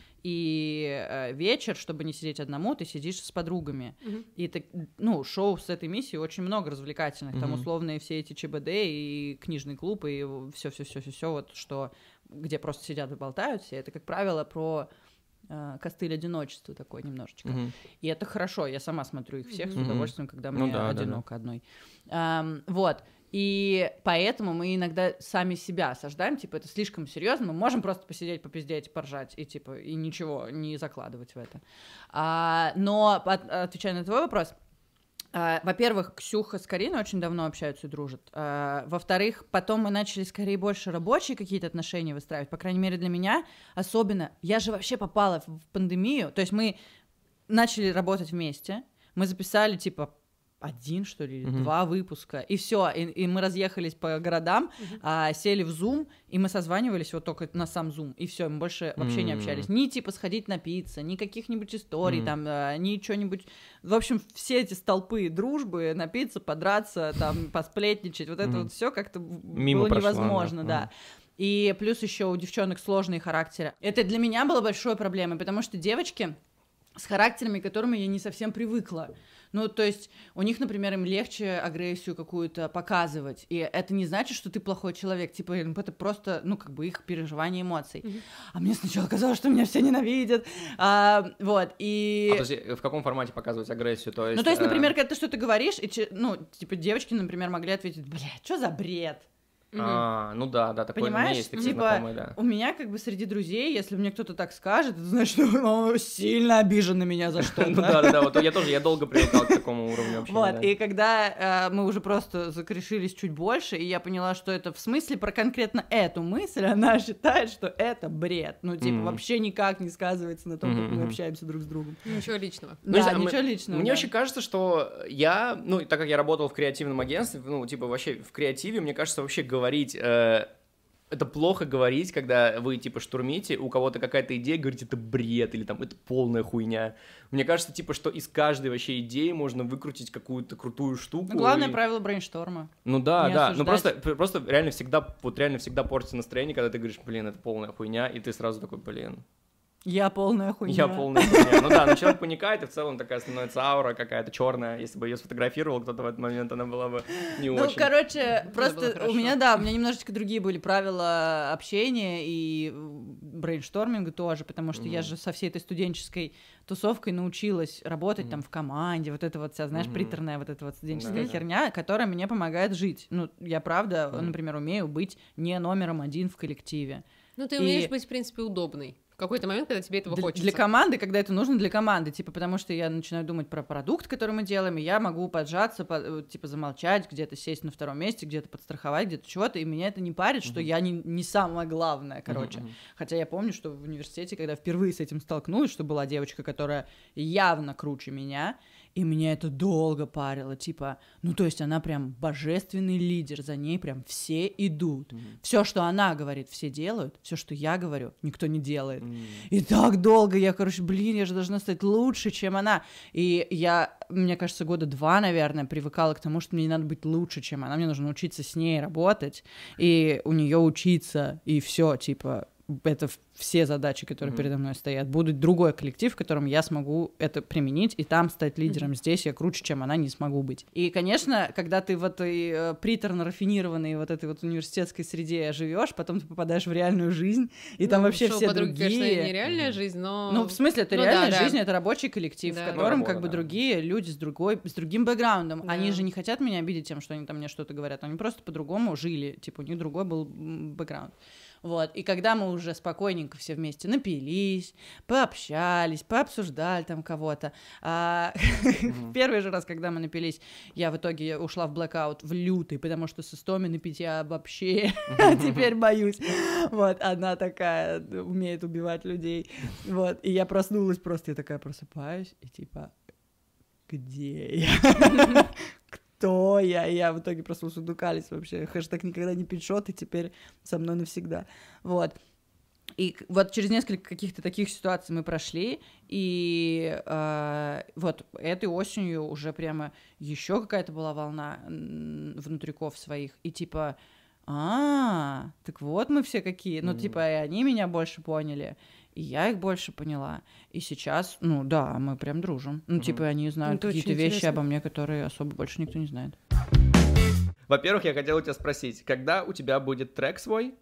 И вечер, чтобы не сидеть одному, ты сидишь с подругами. И ты, шоу с этой миссией очень много развлекательных. Там условные все эти ЧБД и книжный клуб, и все, вот что, где просто сидят и болтают все. Это, как правило, про костыль одиночества такой немножечко. И это хорошо. Я сама смотрю их всех с удовольствием, когда мне одиноко одной. Вот. И поэтому мы иногда сами себя осаждаем, типа, это слишком серьезно, мы можем просто посидеть, попиздеть, поржать, и, типа, и ничего не закладывать в это. Но, отвечая на твой вопрос, во-первых, Ксюха с Кариной очень давно общаются и дружат. Во-вторых, потом мы начали скорее больше рабочие какие-то отношения выстраивать, по крайней мере, для меня особенно. Я же вообще попала в пандемию, то есть мы начали работать вместе, мы записали, типа, 1, что ли, 2 выпуска, и все, и мы разъехались по городам, сели в Zoom, и мы созванивались вот только на сам Zoom, и все, мы больше вообще не общались. Ни типа сходить напиться, ни каких-нибудь историй, там, ни чего-нибудь. В общем, все эти столпы дружбы, напиться, подраться, там, посплетничать, вот это вот все как-то было невозможно, да. И плюс еще у девчонок сложные характеры. Это для меня было большой проблемой, потому что девочки с характерами, к которым я не совсем привыкла. Ну, то есть у них, например, им легче агрессию какую-то показывать, и это не значит, что ты плохой человек, типа, это просто, как бы их переживание эмоций. А мне сначала казалось, что меня все ненавидят, вот, и... Подожди, в каком формате показывать агрессию? То есть, то есть, например, когда ты что-то говоришь, и, типа, девочки, например, могли ответить, блядь, что за бред? Ну да, такое у меня есть, такие знакомые, да. У меня как бы среди друзей, если мне кто-то так скажет, это значит, что он сильно обижен на меня за что-то. Ну да, вот я долго привыкал к такому уровню общения. Вот, и когда мы уже просто закрешились чуть больше, и я поняла, что это в смысле про конкретно эту мысль, она считает, что это бред. Вообще никак не сказывается на том, как мы общаемся друг с другом. Ничего личного. Да, ничего личного. Мне очень кажется, что я, так как я работал в креативном агентстве, вообще в креативе, мне кажется, вообще говорить это плохо говорить, когда вы, типа, штурмите, у кого-то какая-то идея, говорите, это бред, или там, это полная хуйня. Мне кажется, типа, что из каждой вообще идеи можно выкрутить какую-то крутую штуку. Ну, главное правило брейншторма. Ну да, не да, осуждать. ну просто реально всегда портится настроение, когда ты говоришь, блин, это полная хуйня, и ты сразу такой, блин. Я полная хуйня. Я полная хуйня. Ну да, но человек паникает, и в целом такая становится аура какая-то черная. Если бы ее сфотографировал кто-то в этот момент, она была бы не очень. Ну, короче, просто хорошо. у меня немножечко другие были правила общения и брейншторминга тоже, потому что я же со всей этой студенческой тусовкой научилась работать там в команде, вот это вот вся, знаешь, приторная вот эта вот студенческая херня, которая мне помогает жить. Ну, я правда, например, умею быть не номером один в коллективе. Ну, ты умеешь быть, в принципе, удобной. В какой-то момент, когда тебе этого хочется. Для команды, когда это нужно для команды, типа, потому что я начинаю думать про продукт, который мы делаем, и я могу поджаться, типа, замолчать, где-то сесть на втором месте, где-то подстраховать, где-то чего-то, и меня это не парит, что я не самое главное, короче. Хотя я помню, что в университете, когда впервые с этим столкнулась, что была девочка, которая явно круче меня, и меня это долго парило, типа, ну, то есть она прям божественный лидер, за ней прям все идут. Все, что она говорит, все делают, все, что я говорю, никто не делает. И так долго я, короче, блин, я же должна стать лучше, чем она. И я, мне кажется, 2 года, наверное, привыкала к тому, что мне не надо быть лучше, чем она, мне нужно учиться с ней работать, и у нее учиться, и все, типа, это все задачи, которые передо мной стоят. Будет другой коллектив, в котором я смогу это применить и там стать лидером. Здесь я круче, чем она, не смогу быть. И, конечно, когда ты в этой приторно-рафинированной вот этой вот университетской среде живешь, потом ты попадаешь в реальную жизнь, и там вообще все подруги, другие... конечно, нереальная жизнь, но... Ну, в смысле, это реальная да, жизнь, это рабочий коллектив, Да. в котором Ну, как бы да. другие люди с другим бэкграундом. Да. Они же не хотят меня обидеть тем, что они там мне что-то говорят, они просто по-другому жили, типа у них другой был бэкграунд. Вот, и когда мы уже спокойненько все вместе напились, пообщались, пообсуждали там кого-то, первый же раз, когда мы напились, я в итоге ушла в блэкаут в лютый, потому что с Истоминой пить я вообще теперь боюсь. Вот, она такая умеет убивать людей. Вот, и я проснулась просто, я такая просыпаюсь, и типа, где я? Кто я? И я в итоге просто усудукались вообще. Хэштег никогда не пить шот, и теперь со мной навсегда. Вот. И вот через несколько каких-то таких ситуаций мы прошли, и вот этой осенью уже прямо еще какая-то была волна внутриков своих, и типа, так вот мы все какие, ну типа и они меня больше поняли, и я их больше поняла, и сейчас, ну да, мы прям дружим, ну типа они знают Это какие-то очень вещи интересно. обо мне, которые особо больше никто не знает. Во-первых, я хотел у тебя спросить, когда у тебя будет трек свой?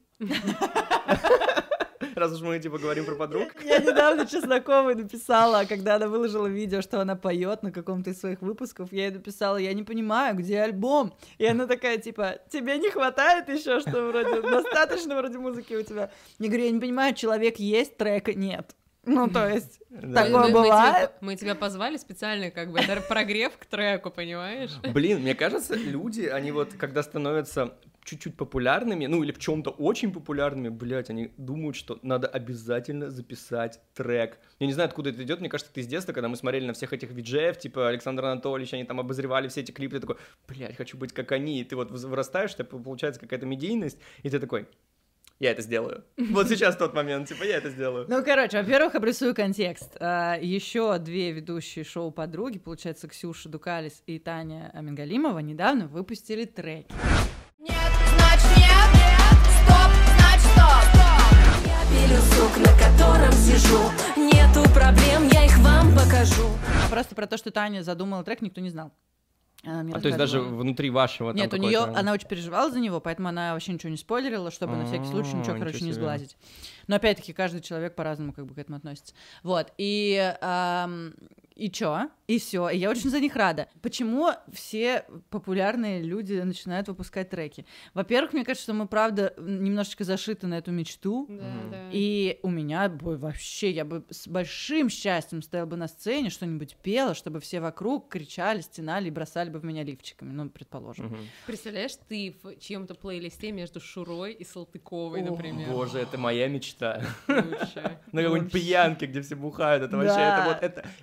Раз уж мы, типа, говорим про подруг. Я недавно Чесноковой написала, когда она выложила видео, что она поет на каком-то из своих выпусков, я ей написала, я не понимаю, где альбом? И она такая, типа, тебе не хватает еще, что вроде, достаточно вроде музыки у тебя? Я говорю, я не понимаю, человек есть, трека нет. Ну, то есть, такое бывает. Мы тебя позвали специально, как бы, это прогрев к треку, понимаешь? Блин, мне кажется, люди, они вот, когда становятся чуть-чуть популярными, ну, или в чем-то очень популярными, блять, они думают, что надо обязательно записать трек. Я не знаю, откуда это идет, мне кажется, это из детства, когда мы смотрели на всех этих виджеев, типа Александр Анатольевич, они там обозревали все эти клипы, ты такой, блять, хочу быть как они, и ты вот вырастаешь, у тебя получается какая-то медийность, и ты такой... Я это сделаю. Вот сейчас тот момент, типа, я это сделаю. Ну, короче, во-первых, обрисую контекст. Еще 2 ведущие шоу-подруги, получается, Ксюша Дукалис и Таня Амингалимова, недавно выпустили треки. Нет, значит нет, стоп, значит стоп. Я пилю сук, на котором сижу. Нету проблем, я их вам покажу. Просто про то, что Таня задумала трек, никто не знал. Она мне То есть даже рассказывала. внутри вашего Нет, у там нее какой-то- она очень переживала за него, поэтому она вообще ничего не спойлерила, чтобы на всякий случай ничего, Ничего короче, не себе. сглазить. Но опять-таки каждый человек по-разному как бы к этому относится. Вот, и чё? И все. И я очень за них рада. Почему все популярные люди начинают выпускать треки? Во-первых, мне кажется, что мы, правда, немножечко зашиты на эту мечту. Да. И у меня бы вообще, я бы с большим счастьем стояла бы на сцене, что-нибудь пела, чтобы все вокруг кричали, стенали и бросали бы в меня лифчиками, ну, предположим. Представляешь, ты в чьем-то плейлисте между Шурой и Салтыковой, например. Боже, это моя мечта. Лучше. На какой-нибудь пьянке, где все бухают, это вообще, Да. это вот, это... Я считаю, что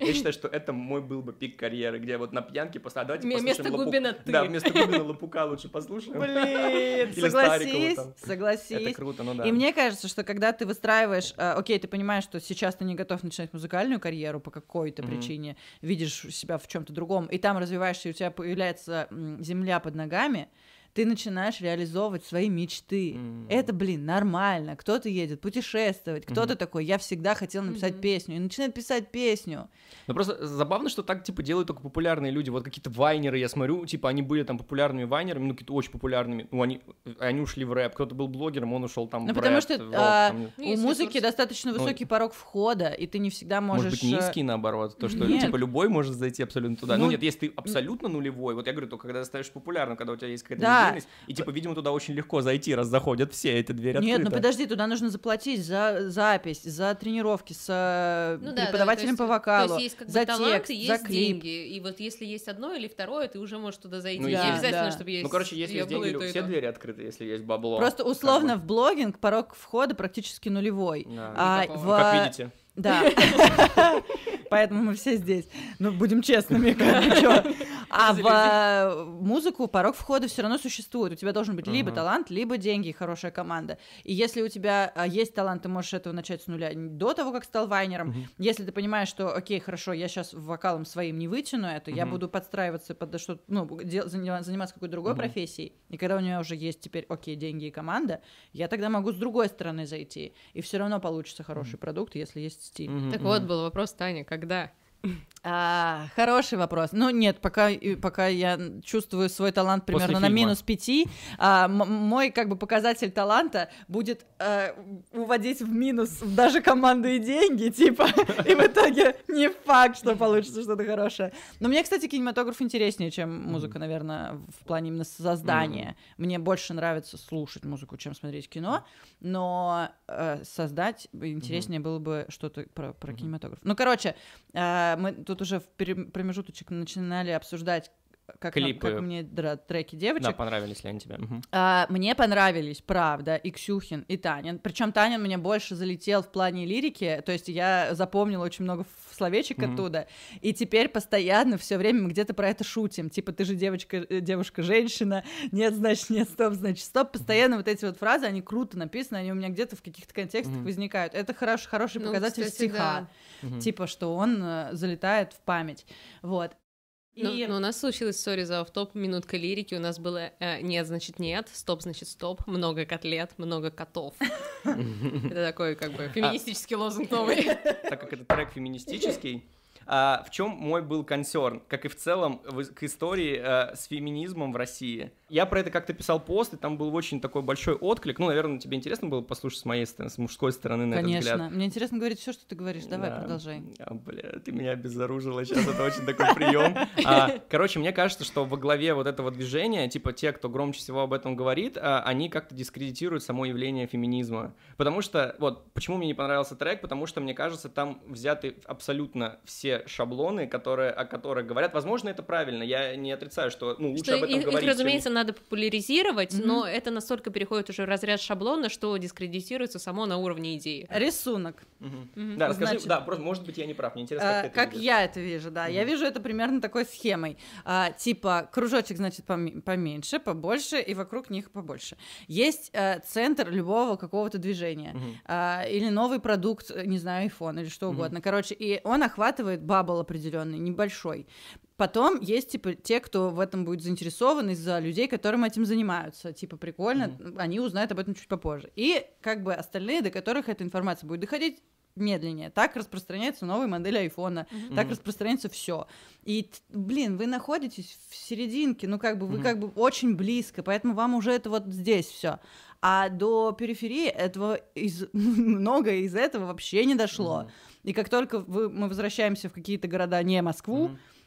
что это мой был бы пик карьеры, где вот на пьянке просто, давайте Вместо послушаем Губина ты. Да, вместо Губина Лопука лучше послушаем. Блин, Или Старикова там. согласись. Это круто, ну да. И мне кажется, что когда ты выстраиваешь, окей, ты понимаешь, что сейчас ты не готов начинать музыкальную карьеру по какой-то причине, видишь себя в чем-то другом, и там развиваешься, и у тебя появляется земля под ногами, ты начинаешь реализовывать свои мечты. Это, блин, нормально. Кто-то едет путешествовать, кто-то такой, я всегда хотел написать песню, и начинает писать песню. Ну просто забавно, что так, типа, делают только популярные люди. Вот какие-то вайнеры, я смотрю, типа, они были там популярными вайнерами, ну, какие-то очень популярными. Ну, они ушли в рэп. Кто-то был блогером, он ушел там в рэп. Ну, потому что в рок, там. у музыки достаточно высокий порог входа, и ты не всегда можешь... Может быть, низкий, наоборот? То, что, Нет. типа, любой может зайти абсолютно туда. Ну, Ну, нет, если ты абсолютно нулевой, вот я говорю, только когда ты становишься популярным, когда у тебя есть какая-то Да. медийность, и, типа, видимо, туда очень легко зайти, раз заходят все, эти двери открыты. Нет, ну подожди, туда нужно заплатить за запись, за тренировки с преподавателем по вокалу, то есть есть как бы за талант текст, и за есть клип. деньги. И вот если есть одно или второе, ты уже можешь туда зайти. Ну, Не да, обязательно, да. чтобы есть... Ну, короче, если есть было и деньги, то, и все то. двери открыты, если есть бабло. Просто условно Как бы. в блогинг порог входа практически нулевой. Да. Никакого. Как видите. Да. Поэтому мы все здесь. Ну, будем честными, как бы, чё. А в музыку порог входа все равно существует. У тебя должен быть либо талант, либо деньги и хорошая команда. И если у тебя есть талант, ты можешь этого начать с нуля до того, как стал вайнером. Если ты понимаешь, что, окей, хорошо, я сейчас вокалом своим не вытяну это, я буду подстраиваться под что-то, ну, заниматься какой-то другой профессией. И когда у меня уже есть теперь, окей, деньги и команда, я тогда могу с другой стороны зайти. И все равно получится хороший продукт, если есть стиль. Так вот был вопрос, Таня, когда? Хороший вопрос. Ну, нет, пока я чувствую свой талант примерно После на фильма. -5, мой как бы показатель таланта будет уводить в минус даже команду и деньги, типа, и в итоге не факт, что получится что-то хорошее. Но мне, кстати, кинематограф интереснее, чем музыка, наверное, в плане именно создания. Мне больше нравится слушать музыку, чем смотреть кино, но создать интереснее было бы что-то про кинематограф. Ну, короче, мы тут уже в промежуточек начинали обсуждать, как Клипы. мне треки девочек. Да, понравились ли они тебе? Мне понравились, правда, и Ксюхин, и Танин. Причем Танин мне больше залетел в плане лирики, то есть я запомнила очень много словечек оттуда, и теперь постоянно все время мы где-то про это шутим. Типа, ты же девушка-женщина, нет, значит, нет, значит, стоп. Постоянно вот эти вот фразы, они круто написаны, они у меня где-то в каких-то контекстах возникают. Это хороший показатель кстати, стиха. Типа, что он залетает в память. Вот. Но у нас случилось, сори за офф-топ, минутка лирики, у нас было «нет, значит нет», «стоп, значит стоп», «много котлет», «много котов». Это такой как бы феминистический лозунг новый. Так как это трек феминистический, в чем мой был консерн, как и в целом к истории с феминизмом в России. Я про это как-то писал пост, и там был очень такой большой отклик. Ну, наверное, тебе интересно было послушать с моей стороны, с мужской стороны на этот взгляд. Конечно. Мне интересно говорить все, что ты говоришь. Давай, продолжай. Бля, ты меня обезоружила сейчас, это очень такой прием. Короче, мне кажется, что во главе вот этого движения, типа те, кто громче всего об этом говорит, они как-то дискредитируют само явление феминизма. Потому что, вот, почему мне не понравился трек, потому что, мне кажется, там взяты абсолютно все шаблоны, о которых говорят. Возможно, это правильно, я не отрицаю, что лучше об этом говорить. Их, разумеется, надо популяризировать, но это настолько переходит уже в разряд шаблона, что дискредитируется само на уровне идеи. Рисунок. Да, расскажи, да, просто, может быть, я не прав, мне интересно, как ты это как видишь. я это вижу, да. Я вижу это примерно такой схемой. Типа, кружочек, значит, поменьше, побольше, и вокруг них побольше. Есть центр любого какого-то движения. Или новый продукт, не знаю, iPhone или что угодно. Короче, и он охватывает бабл определенный, небольшой. Потом есть, типа, те, кто в этом будет заинтересован из-за людей, которым этим занимаются. Типа, прикольно, они узнают об этом чуть попозже. И, как бы, остальные, до которых эта информация будет доходить медленнее. Так распространяется новая модель айфона, так распространяется все. И, блин, вы находитесь в серединке, ну, как бы, вы как бы очень близко, поэтому вам уже это вот здесь все. А до периферии этого многое из этого вообще не дошло. И как только мы возвращаемся в какие-то города, не Москву,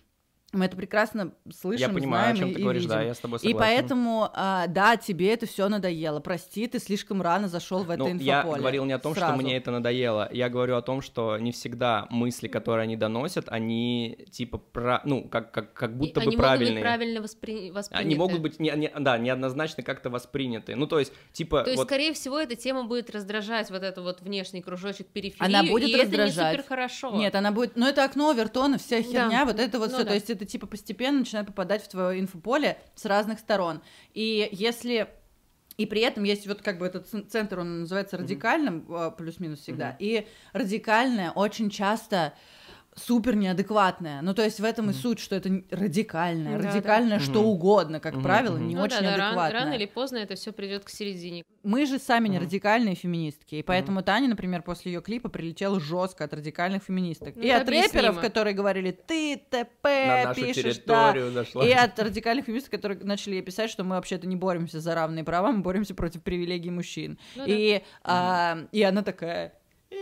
Мы это прекрасно слышим, Я понимаю, знаем о чем и ты говоришь, видим. да, я с тобой согласен. И поэтому, да, тебе это все надоело. Прости, ты слишком рано зашел в это инфополе. Я говорил не о том, Сразу. что мне это надоело. Я говорю о том, что не всегда мысли, которые они доносят, они типа как будто бы правильные. Они могут быть правильно восприняты. Они могут быть неоднозначно как-то восприняты. Ну, то есть, типа... То есть, скорее всего, эта тема будет раздражать вот это вот внешний кружочек периферии, она будет и раздражать. это не супер хорошо. Нет, она будет... Ну, это окно Овертона, вся херня, вот это вот Ну все. да. То есть это типа постепенно начинает попадать в твое инфополе с разных сторон. И если... И при этом есть вот как бы этот центр, он называется радикальным, плюс-минус всегда. И радикальное очень часто супер неадекватное. Ну, то есть в этом и суть, что это радикальное. Да, Радикальное да. что угодно, как правило, не Ну очень да, адекватное. рано или поздно это все придет к середине. Мы же сами не радикальные феминистки, и поэтому Таня, например, после ее клипа прилетела жестко от радикальных феминисток. Ну, и это от рэперов, объяснимо. которые говорили, ты ТП На нашу пишешь, территорию зашла. И от радикальных феминисток, которые начали ей писать, что мы вообще-то не боремся за равные права, мы боремся против привилегий мужчин. Ну и она такая...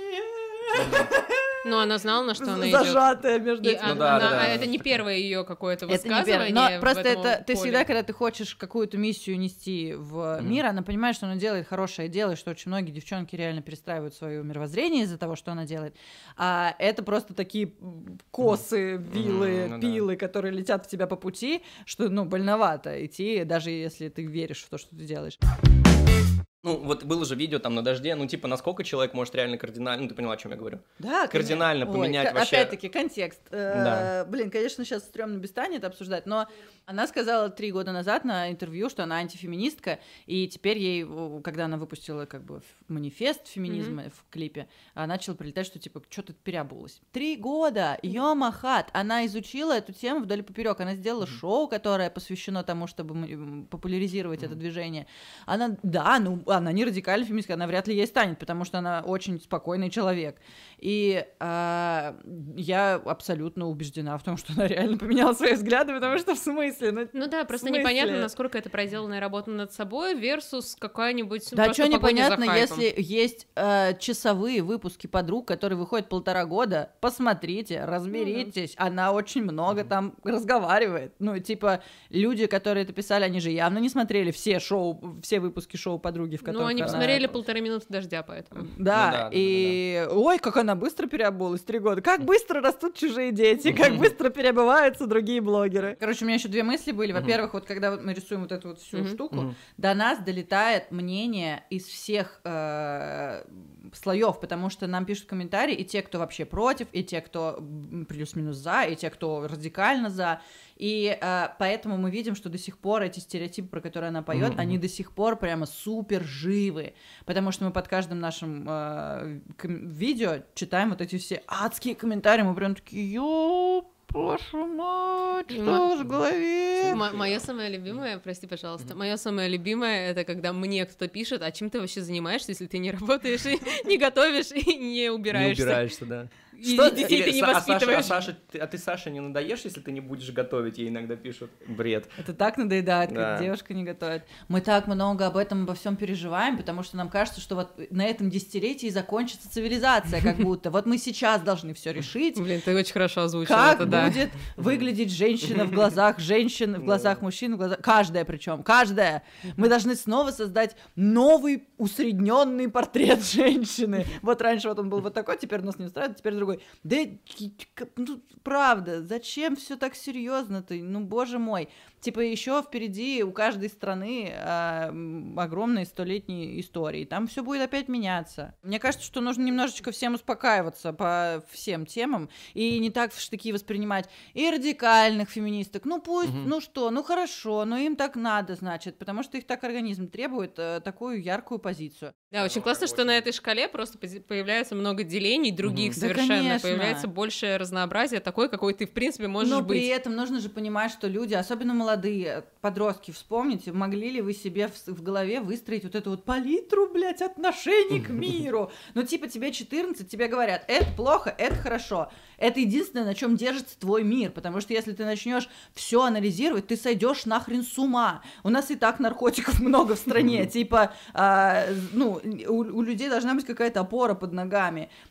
Но она знала, на что она идет. Зажатая между И этим. это не первое ее какое-то Это не высказывание. первое. Но просто в этом это ты поле. всегда, когда ты хочешь какую-то миссию нести в мир, она понимает, что она делает хорошее дело, и что очень многие девчонки реально перестраивают свое мировоззрение из-за того, что она делает. А это просто такие косы, вилы, пилы, которые летят в тебя по пути, что, больновато идти, даже если ты веришь в то, что ты делаешь. Ну, вот было же видео там на дожде, насколько человек может реально кардинально, ты поняла, о чем я говорю? Да, кардинально поменять вообще. Опять-таки, контекст. Да. Блин, конечно, сейчас стрёмно без Тани это обсуждать, но она сказала 3 года назад на интервью, что она антифеминистка, и теперь ей, когда она выпустила как бы манифест феминизма в клипе, начала прилетать, что типа, что ты переобулась. 3 года! Ёмахат! Она изучила эту тему вдоль и поперёк. Она сделала шоу, которое посвящено тому, чтобы популяризировать это движение. Она не радикальная феминистка, она вряд ли ей станет, потому что она очень спокойный человек. И я абсолютно убеждена в том, что она реально поменяла свои взгляды, потому что в смысле? Ну да, просто непонятно, насколько это проделанная работа над собой versus какая-нибудь Да, что непонятно, за хайпом. если есть часовые выпуски подруг, которые выходят 1,5 года, посмотрите, разберитесь, она очень много там разговаривает. Ну, типа, люди, которые это писали, они же явно не смотрели все выпуски шоу «Подруги», в которых они она... посмотрели 1,5 минуты дождя, поэтому. Да, ой, как она быстро переобулась, 3 года. Как быстро растут чужие дети, как быстро переобуваются другие блогеры. Короче, у меня еще 2 мысли были. Во-первых, вот когда мы рисуем вот эту вот всю штуку, до нас долетает мнение из всех слоев, потому что нам пишут комментарии и те, кто вообще против, и те, кто плюс-минус за, и те, кто радикально за. И поэтому мы видим, что до сих пор эти стереотипы, про которые она поет, они до сих пор прямо супер живы, потому что мы под каждым нашим видео читаем вот эти все адские комментарии, мы прям такие, вашу мать, что в голове? Моё самое любимое, прости, пожалуйста, моё самое любимое — это когда мне кто-то пишет, а чем ты вообще занимаешься, если ты не работаешь, и не готовишь, и не убираешься. Не убираешься, да. И детей ты не воспитываешь. Ты Саше не надоешь, если ты не будешь готовить, ей иногда пишут. Бред. Это так надоедает, Да. как девушка не готовит. Мы так много об этом, обо всем переживаем, потому что нам кажется, что вот на этом десятилетии закончится цивилизация, как будто. Вот мы сейчас должны все решить. Блин, ты очень хорошо озвучила Как это, да. будет выглядеть женщина в глазах женщин, в глазах мужчин, в глазах... Каждая причем, каждая. Мы должны снова создать новый усредненный портрет женщины. Вот раньше вот он был вот такой, теперь нас не устраивает, теперь другой. Да, правда, зачем все так серьезно-то? Ну, боже мой. Типа еще впереди у каждой страны огромные 100-летние истории. Там все будет опять меняться. Мне кажется, что нужно немножечко всем успокаиваться по всем темам и не так в штыки воспринимать и радикальных феминисток. Ну пусть, ну что, ну хорошо, но им так надо, значит, потому что их так организм требует, такую яркую позицию. Да, очень классно, что на этой шкале просто появляется много делений других совершенно. конечно. Появляется большее разнообразие, такой, какой ты, в принципе, можешь Но быть. при этом нужно же понимать, что люди, особенно молодые подростки, вспомните, могли ли вы себе в голове выстроить вот эту вот палитру, блядь, отношений к миру? Ну, типа, тебе 14, тебе говорят, это плохо, это хорошо. Это единственное, на чем держится твой мир, потому что если ты начнешь все анализировать, ты сойдешь нахрен с ума. У нас и так наркотиков много в стране, типа, у людей должна быть какая-то опора под ногами.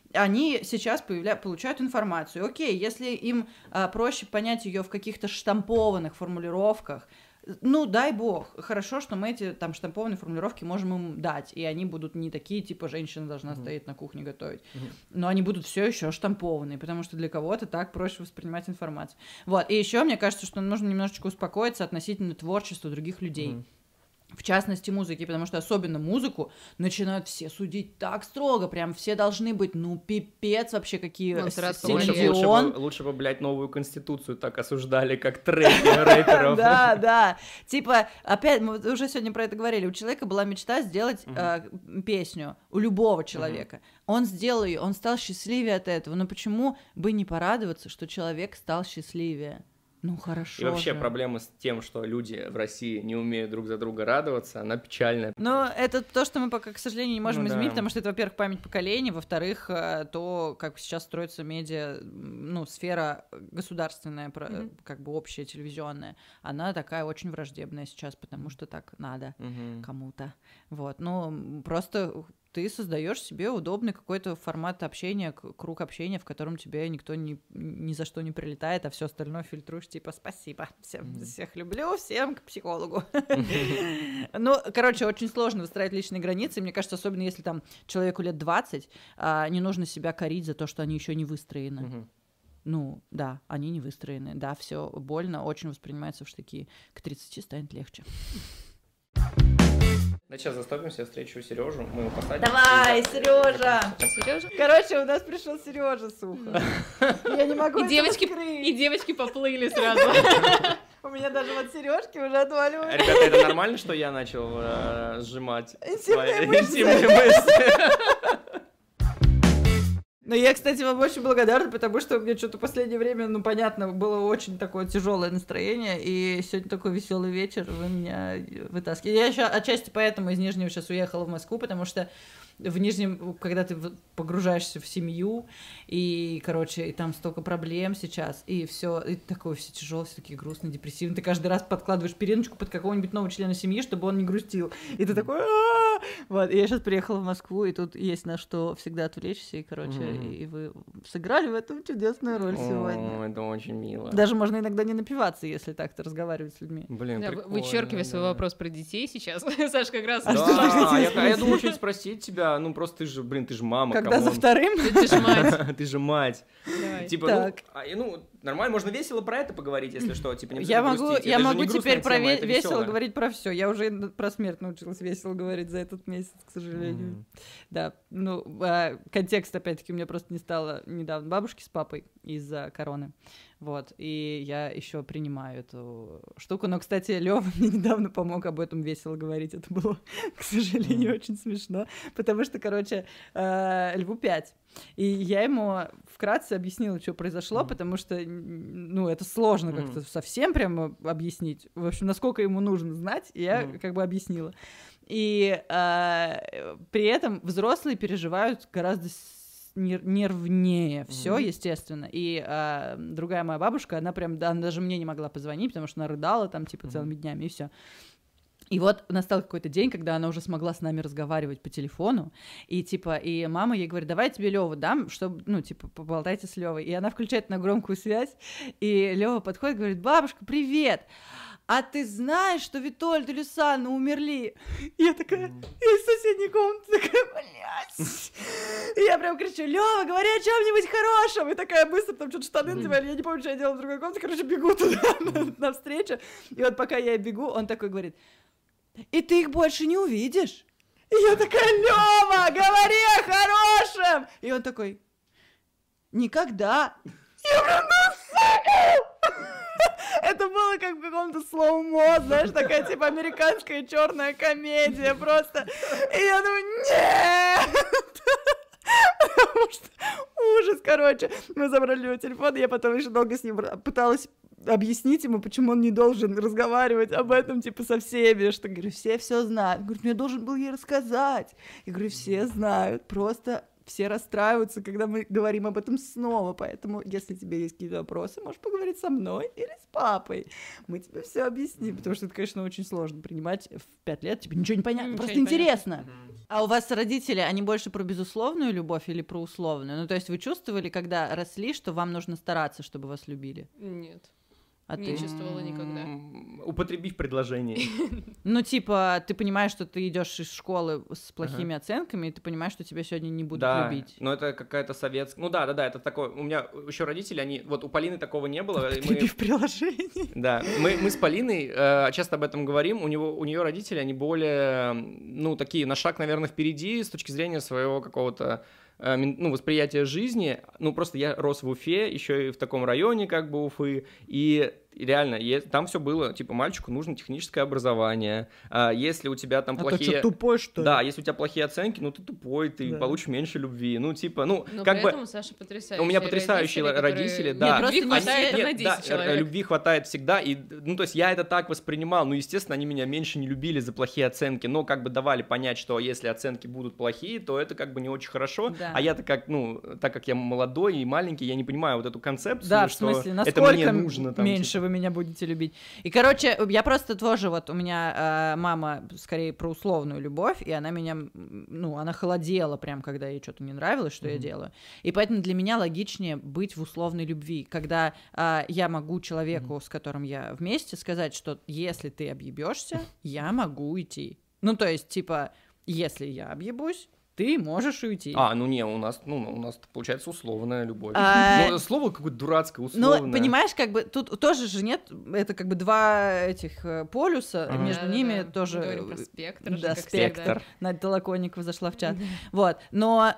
они сейчас получают информацию. Окей, если им проще понять ее в каких-то штампованных формулировках, ну, дай бог, хорошо, что мы эти там штампованные формулировки можем им дать, и они будут не такие, типа, женщина должна стоять на кухне готовить, но они будут все еще штампованные, потому что для кого-то так проще воспринимать информацию. Вот, и еще мне кажется, что нужно немножечко успокоиться относительно творчества других людей. В частности, музыки, потому что особенно музыку начинают все судить так строго, прям все должны быть, ну, пипец вообще, какие лучше бы, блядь, новую конституцию так осуждали, как треки рэперов. Да, типа, опять, мы уже сегодня про это говорили, у человека была мечта сделать песню, у любого человека. Он сделал ее, он стал счастливее от этого, но почему бы не порадоваться, что человек стал счастливее? Ну, хорошо. И вообще проблема с тем, что люди в России не умеют друг за друга радоваться, она печальная. Но это то, что мы пока, к сожалению, не можем изменить, потому что это, во-первых, память поколений, во-вторых, то, как сейчас строится медиа, ну, сфера государственная, как бы общая, телевизионная, она такая очень враждебная сейчас, потому что так надо кому-то. Вот, ну, просто... Ты создаешь себе удобный какой-то формат общения, круг общения, в котором тебе никто ни за что не прилетает, а все остальное фильтруешь, типа, спасибо, всех люблю, всем к психологу. Ну, короче, очень сложно выстраивать личные границы, и мне кажется, особенно если там человеку лет 20, не нужно себя корить за то, что они еще не выстроены. Ну, да, они не выстроены, да, все больно, очень воспринимается в штыки. К 30 станет легче. Да, сейчас застопимся, встречу Сережу, мы его посадим. Давай, Сережа! Сережа? Короче, у нас пришел Сережа, сука. Я не могу и девочки поплыли сразу. У меня даже вот сережки уже отваливаются. Ребята, это нормально, что я начал сжимать интимные мышцы? Но я, кстати, вам очень благодарна, потому что у меня что-то в последнее время, ну, понятно, было очень такое тяжелое настроение, и сегодня такой веселый вечер, вы меня вытаскиваете. Я еще отчасти поэтому из Нижнего сейчас уехала в Москву, потому что в Нижнем, когда ты погружаешься в семью, и, короче, и там столько проблем сейчас, и все, и такое все тяжелое, все такие грустные, депрессивные. Ты каждый раз подкладываешь периночку под какого-нибудь нового члена семьи, чтобы он не грустил. И ты такой... Вот, и я сейчас приехала в Москву, и тут есть на что всегда отвлечься, и, короче, и вы сыграли в эту чудесную роль сегодня. Это очень мило. Даже можно иногда не напиваться, если так-то разговаривать с людьми. Блин, да, прикольно. вычеркивай свой вопрос про детей сейчас. Саша как раз... Да, я думал что-нибудь спросить тебя, ну просто ты же мама. Когда за вторым? Ты же мать. Ты же мать. Типа, ну, нормально, можно весело про это поговорить, если что. Типа, не я могу теперь весело весело говорить про все. Я уже про смерть научилась весело говорить за этот месяц, к сожалению. Да, ну, контекст, опять-таки, у меня просто не стало недавно бабушки с папой из-за короны. Вот, и я еще принимаю эту штуку. Но, кстати, Лёва мне недавно помог об этом весело говорить. Это было, к сожалению, очень смешно. Потому что, короче, Льву 5. И я ему вкратце объяснила, что произошло, потому что, ну, это сложно как-то совсем прямо объяснить. В общем, насколько ему нужно знать, я как бы объяснила. И при этом взрослые переживают гораздо нервнее все, естественно. И другая моя бабушка, она даже мне не могла позвонить, потому что она рыдала там, типа, целыми днями, и все. И вот настал какой-то день, когда она уже смогла с нами разговаривать по телефону, и, типа, и мама ей говорит, давай я тебе Лёву дам, чтобы, ну, типа, поболтайте с Лёвой. И она включает на громкую связь, и Лёва подходит и говорит, бабушка, привет! А ты знаешь, что Витольд и Люсанна умерли? И я такая, я из соседней комнаты такая, блядь. И я прям кричу, Лёва, говори о чем-нибудь хорошем. И такая быстро там что-то штаны надевали, я не помню, что я делала в другой комнате, короче, бегу туда навстречу. И вот пока я бегу, он такой говорит, и ты их больше не увидишь. И я такая, Лёва, говори о хорошем. И он такой, никогда. Я прям, ну, сука! Это было как в каком-то слоумо, знаешь, такая типа американская черная комедия просто. И я думаю, нет! Потому что ужас, короче. Мы забрали его телефон, и я потом еще долго с ним пыталась объяснить ему, почему он не должен разговаривать об этом, типа, со всеми, что, говорю, все знают. Говорю, я должен был ей рассказать. Я говорю, все знают, просто... Все расстраиваются, когда мы говорим об этом снова, поэтому, если тебе есть какие-то вопросы, можешь поговорить со мной или с папой. Мы тебе все объясним, потому что это, конечно, очень сложно принимать в 5 лет, типа, ничего не понятно, просто интересно. А у вас родители, они больше про безусловную любовь или про условную? Ну, то есть вы чувствовали, когда росли, что вам нужно стараться, чтобы вас любили? Нет. А Не ты? чувствовала никогда. Употреби в предложении. Ну, типа, ты понимаешь, что ты идешь из школы с плохими оценками, и ты понимаешь, что тебя сегодня не будут Да, любить. но это какая-то советская... Ну да, это такое... У меня еще родители, они... Вот у Полины такого не было. и Употреби в приложении. Да, мы с Полиной часто об этом говорим. У нее родители, они более, ну, такие на шаг, наверное, впереди с точки зрения своего какого-то восприятия жизни. Ну, просто я рос в Уфе, еще и в таком районе, как бы, Уфы, и реально, там все было, типа, мальчику нужно техническое образование, если у тебя там плохие... ты что, тупой, что ли? Да, если у тебя плохие оценки, ну, ты тупой, ты получишь меньше любви, ну, типа, ну, Но как при бы... этом у Саши потрясающие У меня потрясающие родители, да. Любви просто не хватает все- на 10 человек. Любви хватает всегда, и, ну, то есть я это так воспринимал, ну, естественно, они меня меньше не любили за плохие оценки, но как бы давали понять, что если оценки будут плохие, то это как бы не очень хорошо, Да. а я-то как, ну, так как я молодой и маленький, я не понимаю вот эту концепцию, Да, в что смысле, это насколько мне нужно. Там, меньше типа. вы меня будете любить. И, короче, я просто тоже, вот у меня мама скорее про условную любовь, и она меня, ну, она холодела прям, когда ей что-то не нравилось, что я делаю. И поэтому для меня логичнее быть в условной любви, когда я могу человеку, с которым я вместе, сказать, что если ты объебешься, я могу уйти. Ну, то есть, типа, если я объебусь, ты можешь уйти. Ну не, у нас получается условная любовь. Ну, слово какое-то дурацкое, условное. Ну, понимаешь, как бы тут тоже же нет, это как бы два этих полюса, между ними тоже... Говорим про спектр же, Да, как спектр. всегда. Надя Толоконникова зашла в чат. Вот, но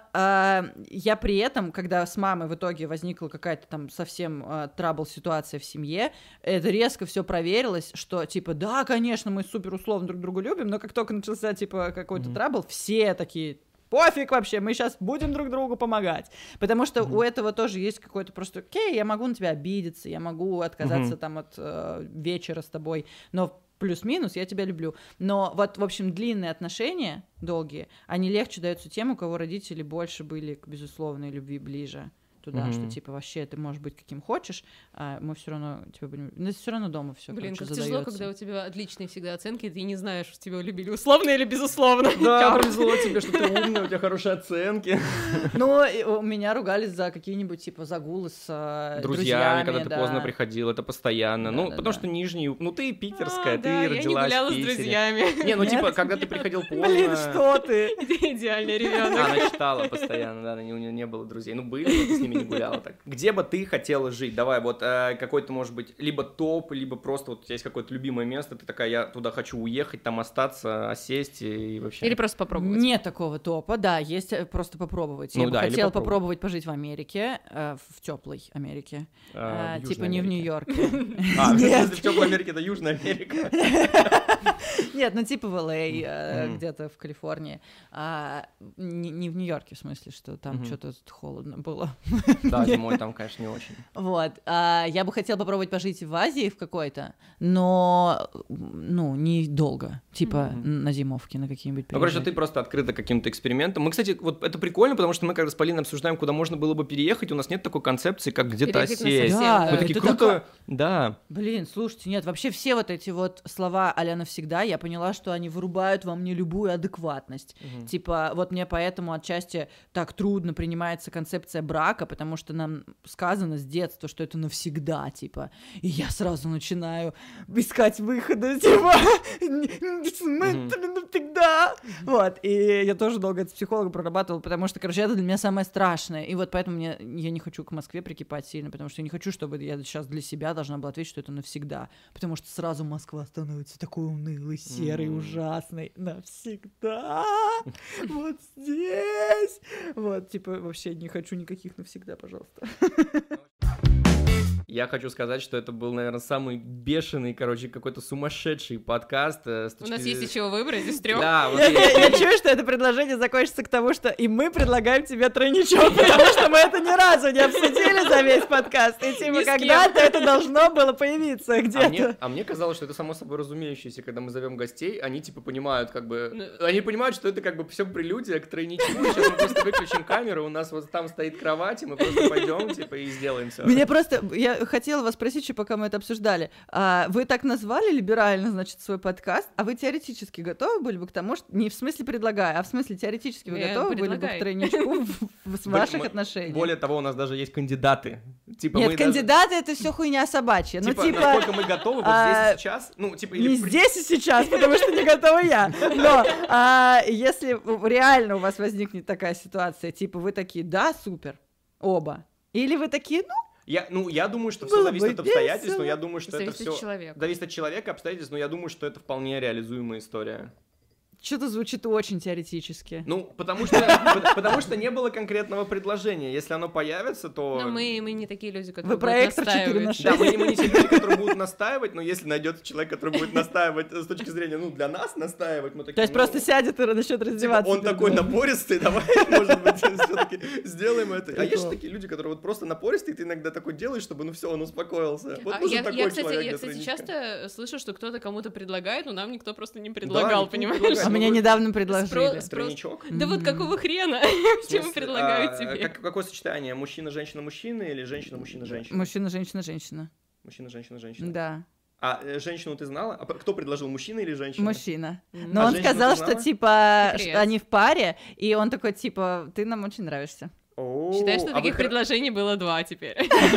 я при этом, когда с мамой в итоге возникла какая-то там совсем трабл-ситуация в семье, это резко все проверилось, что типа, да, конечно, мы супер условно друг друга любим, но как только начался типа какой-то трабл, все такие... Пофиг вообще, мы сейчас будем друг другу помогать. Потому что у этого тоже есть какой-то просто, окей, я могу на тебя обидеться, я могу отказаться там от вечера с тобой, но плюс-минус я тебя люблю. Но вот, в общем, длинные отношения, долгие, они легче даются тем, у кого родители больше были к безусловной любви ближе. Туда, что типа вообще ты можешь быть каким хочешь, а мы все равно тебя будем. Но все равно дома все. Блин, как задаётся. тяжело, когда у тебя отличные всегда оценки, и ты не знаешь, что тебя любили условно или безусловно. Да, повезло тебе, что ты умный, у тебя хорошие оценки. Ну, у меня ругались за какие-нибудь типа загулы с Друзьями, когда ты да. поздно приходил, это постоянно. Да, ну, да, потому да. что Нижний, ну ты питерская, ты Да, я не родилась гуляла в с Питере. друзьями. Не, ну типа, когда ты приходил поздно... Блин, что ты? Идеальный ребенок. Она читала постоянно, да, у нее не было друзей. Ну, были, но ты с ними не гуляла так. Где бы ты хотела жить? Давай, вот какой-то, может быть, либо топ, либо просто вот у тебя есть какое-то любимое место, ты такая, я туда хочу уехать, там остаться, осесть и вообще... Или просто попробовать. Нет такого топа, да, есть просто попробовать. Ну Я бы да, или хотела попробовать. попробовать пожить в Америке, в теплой Америке, в типа Южной не в Америке. Нью-Йорке. В смысле, в теплой Америке это Южная Америка. Нет, ну типа в Л.А., где-то в Калифорнии. Не в Нью-Йорке, в смысле, что там что-то холодно было. Да, зимой там, конечно, не очень. Вот. Я бы хотела попробовать пожить в Азии в какой-то, но, ну, недолго. Типа на зимовке, на какие-нибудь Ну, короче, приезжать. ты просто открыта к каким-то экспериментам. Мы, кстати, вот это прикольно, потому что мы когда с Полиной обсуждаем, куда можно было бы переехать, у нас нет такой концепции, как где-то Переехать осесть. насовсем, Да, Мы да. такие, это круто, такая- да. Блин, слушайте, нет, вообще все вот эти вот слова а-ля навсегда, я поняла, что они вырубают во мне любую адекватность. Типа, вот мне поэтому отчасти так трудно принимается концепция брака, потому что нам сказано с детства, что это навсегда, типа. И я сразу начинаю искать выхода, типа, это навсегда. Вот, и я тоже долго это с психологом прорабатывала, потому что, короче, это для меня самое страшное. И вот поэтому я не хочу к Москве прикипать сильно, потому что я не хочу, чтобы я сейчас для себя должна была ответить, что это навсегда. Потому что сразу Москва становится такой унылой, серой, ужасной. Навсегда! Вот здесь! Вот, типа, вообще не хочу никаких навсегда, пожалуйста. Я хочу сказать, что это был, наверное, самый бешеный, короче, какой-то сумасшедший подкаст. У нас есть из чего выбрать из трех. Да, вот Я чую, что это предложение закончится к тому, что и мы предлагаем тебе тройничок, потому что мы это ни разу не обсудили за весь подкаст. И типа Ни с кем. когда-то это должно было появиться где-то. А мне казалось, что это само собой разумеющееся, когда мы зовем гостей, они типа понимают, как бы, они понимают, что это как бы все прелюдия к тройничку. Сейчас мы просто выключим камеру, у нас вот там стоит кровать, и мы просто пойдем, типа, и сделаем все. Меня просто, я хотела вас спросить, еще пока мы это обсуждали. Вы так назвали либерально, значит, свой подкаст, а вы теоретически готовы были бы к тому, что... Не в смысле предлагаю, а в смысле теоретически вы готовы были бы к тройничку в ваших отношениях? Более того, у нас даже есть кандидаты. Нет, кандидаты — это все хуйня собачья. Насколько мы готовы вот здесь и сейчас? Не здесь и сейчас, потому что не готова я. Но если реально у вас возникнет такая ситуация, типа вы такие, да, супер, оба. Или вы такие, Я думаю, что все зависит от обстоятельств, но я думаю, что это Зависит все от человека. зависит от человека, обстоятельств, но я думаю, что это вполне реализуемая история. Что-то звучит очень теоретически. Потому что не было конкретного предложения. Если оно появится, то... Но мы не такие люди, которые Вы проектор 4 на 6. Да, мы не те люди, которые будут настаивать, но если найдется человек, который будет настаивать с точки зрения, для нас настаивать, мы такие... То есть просто сядет и начнет раздеваться. Он такой напористый, давай, может быть, все-таки сделаем это. А есть же такие люди, которые вот просто напористые, ты иногда такой делаешь, чтобы, все, он успокоился. Вот нужен такой человек. Я, кстати, часто слышу, что кто-то кому-то предлагает, но нам никто просто не предлагал, понимаешь? А мне недавно предложили. Тройничок? Да вот какого хрена? Чему предлагают тебе? Какое сочетание? Мужчина-женщина-мужчина или женщина-мужчина-женщина? Мужчина-женщина-женщина. Мужчина-женщина-женщина. Да. А женщину ты знала? А кто предложил, мужчина или женщина? Мужчина. Но он сказал, что типа они в паре, и он такой типа, ты нам очень нравишься. Считаешь, что таких предложений было 2 теперь?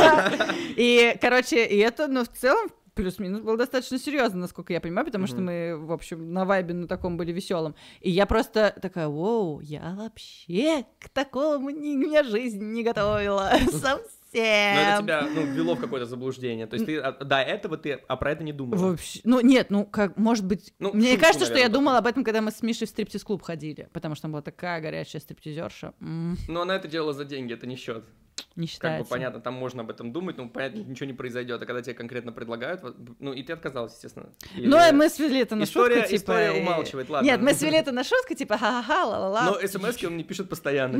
И, короче, и это, в целом, плюс-минус было достаточно серьезно, насколько я понимаю, потому что мы, в общем, на вайбе на таком были веселом. И я просто такая, я вообще к такому меня жизнь не готовила совсем. Но это тебя, ввело в какое-то заблуждение. То есть ты до этого про это не думала? Вообще, нет, как, может быть... Мне кажется, что я думала об этом, когда мы с Мишей в стриптиз-клуб ходили, потому что там была такая горячая стриптизерша. Но она это делала за деньги, это не счет. Не считается. Как бы понятно, там можно об этом думать, но понятно, ничего не произойдет. А когда тебе конкретно предлагают, и ты отказалась, естественно. Мы свели это на шутку, типа... История умалчивает, ладно. Нет, мы свели это на шутку, типа ха-ха-ха, ла-ла-ла. Но смс-ки он мне пишет постоянно.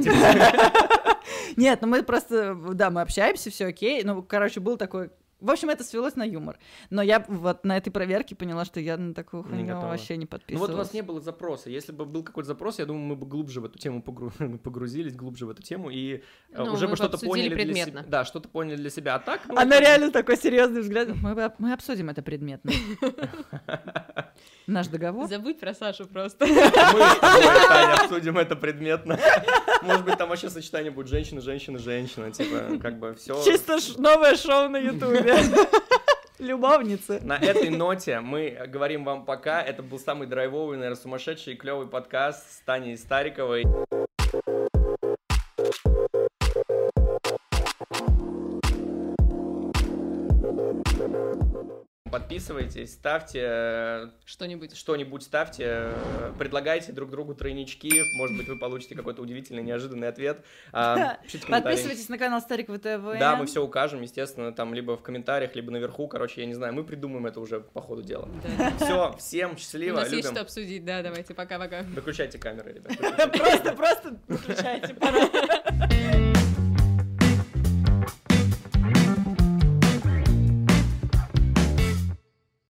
Нет, мы просто, мы общаемся, все окей. Был такой... В общем, это свелось на юмор. Но я вот на этой проверке поняла, что я на такую хуйню вообще не подписывалась. Вот у нас не было запроса. Если бы был какой-то запрос, я думаю, мы бы глубже в эту тему погрузились, глубже в эту тему, и уже бы что-то поняли для себя. Да, что-то поняли для себя. А так... Она реально такой серьезный взгляд. Мы обсудим это предметно. Наш договор. Забудь про Сашу просто. Мы с тобой, Таня, обсудим это предметно. Может быть, там вообще сочетание будет женщина, женщина, женщина. Типа, как бы все. Чисто новое шоу на Ютубе. Любовницы. На этой ноте мы говорим вам пока. Это был самый драйвовый, наверное, сумасшедший и клевый подкаст с Таней Стариковой. Подписывайтесь, ставьте что-нибудь ставьте, предлагайте друг другу тройнички, может быть, вы получите какой-то удивительный, неожиданный ответ. Подписывайтесь на канал Старикова ТВ. Да, мы все укажем, естественно, там либо в комментариях, либо наверху, короче, я не знаю, мы придумаем это уже по ходу дела. Все, всем счастливо, любим. У нас любим. есть что обсудить, да, давайте, пока-пока. Выключайте камеры, ребят. Просто выключайте, пора.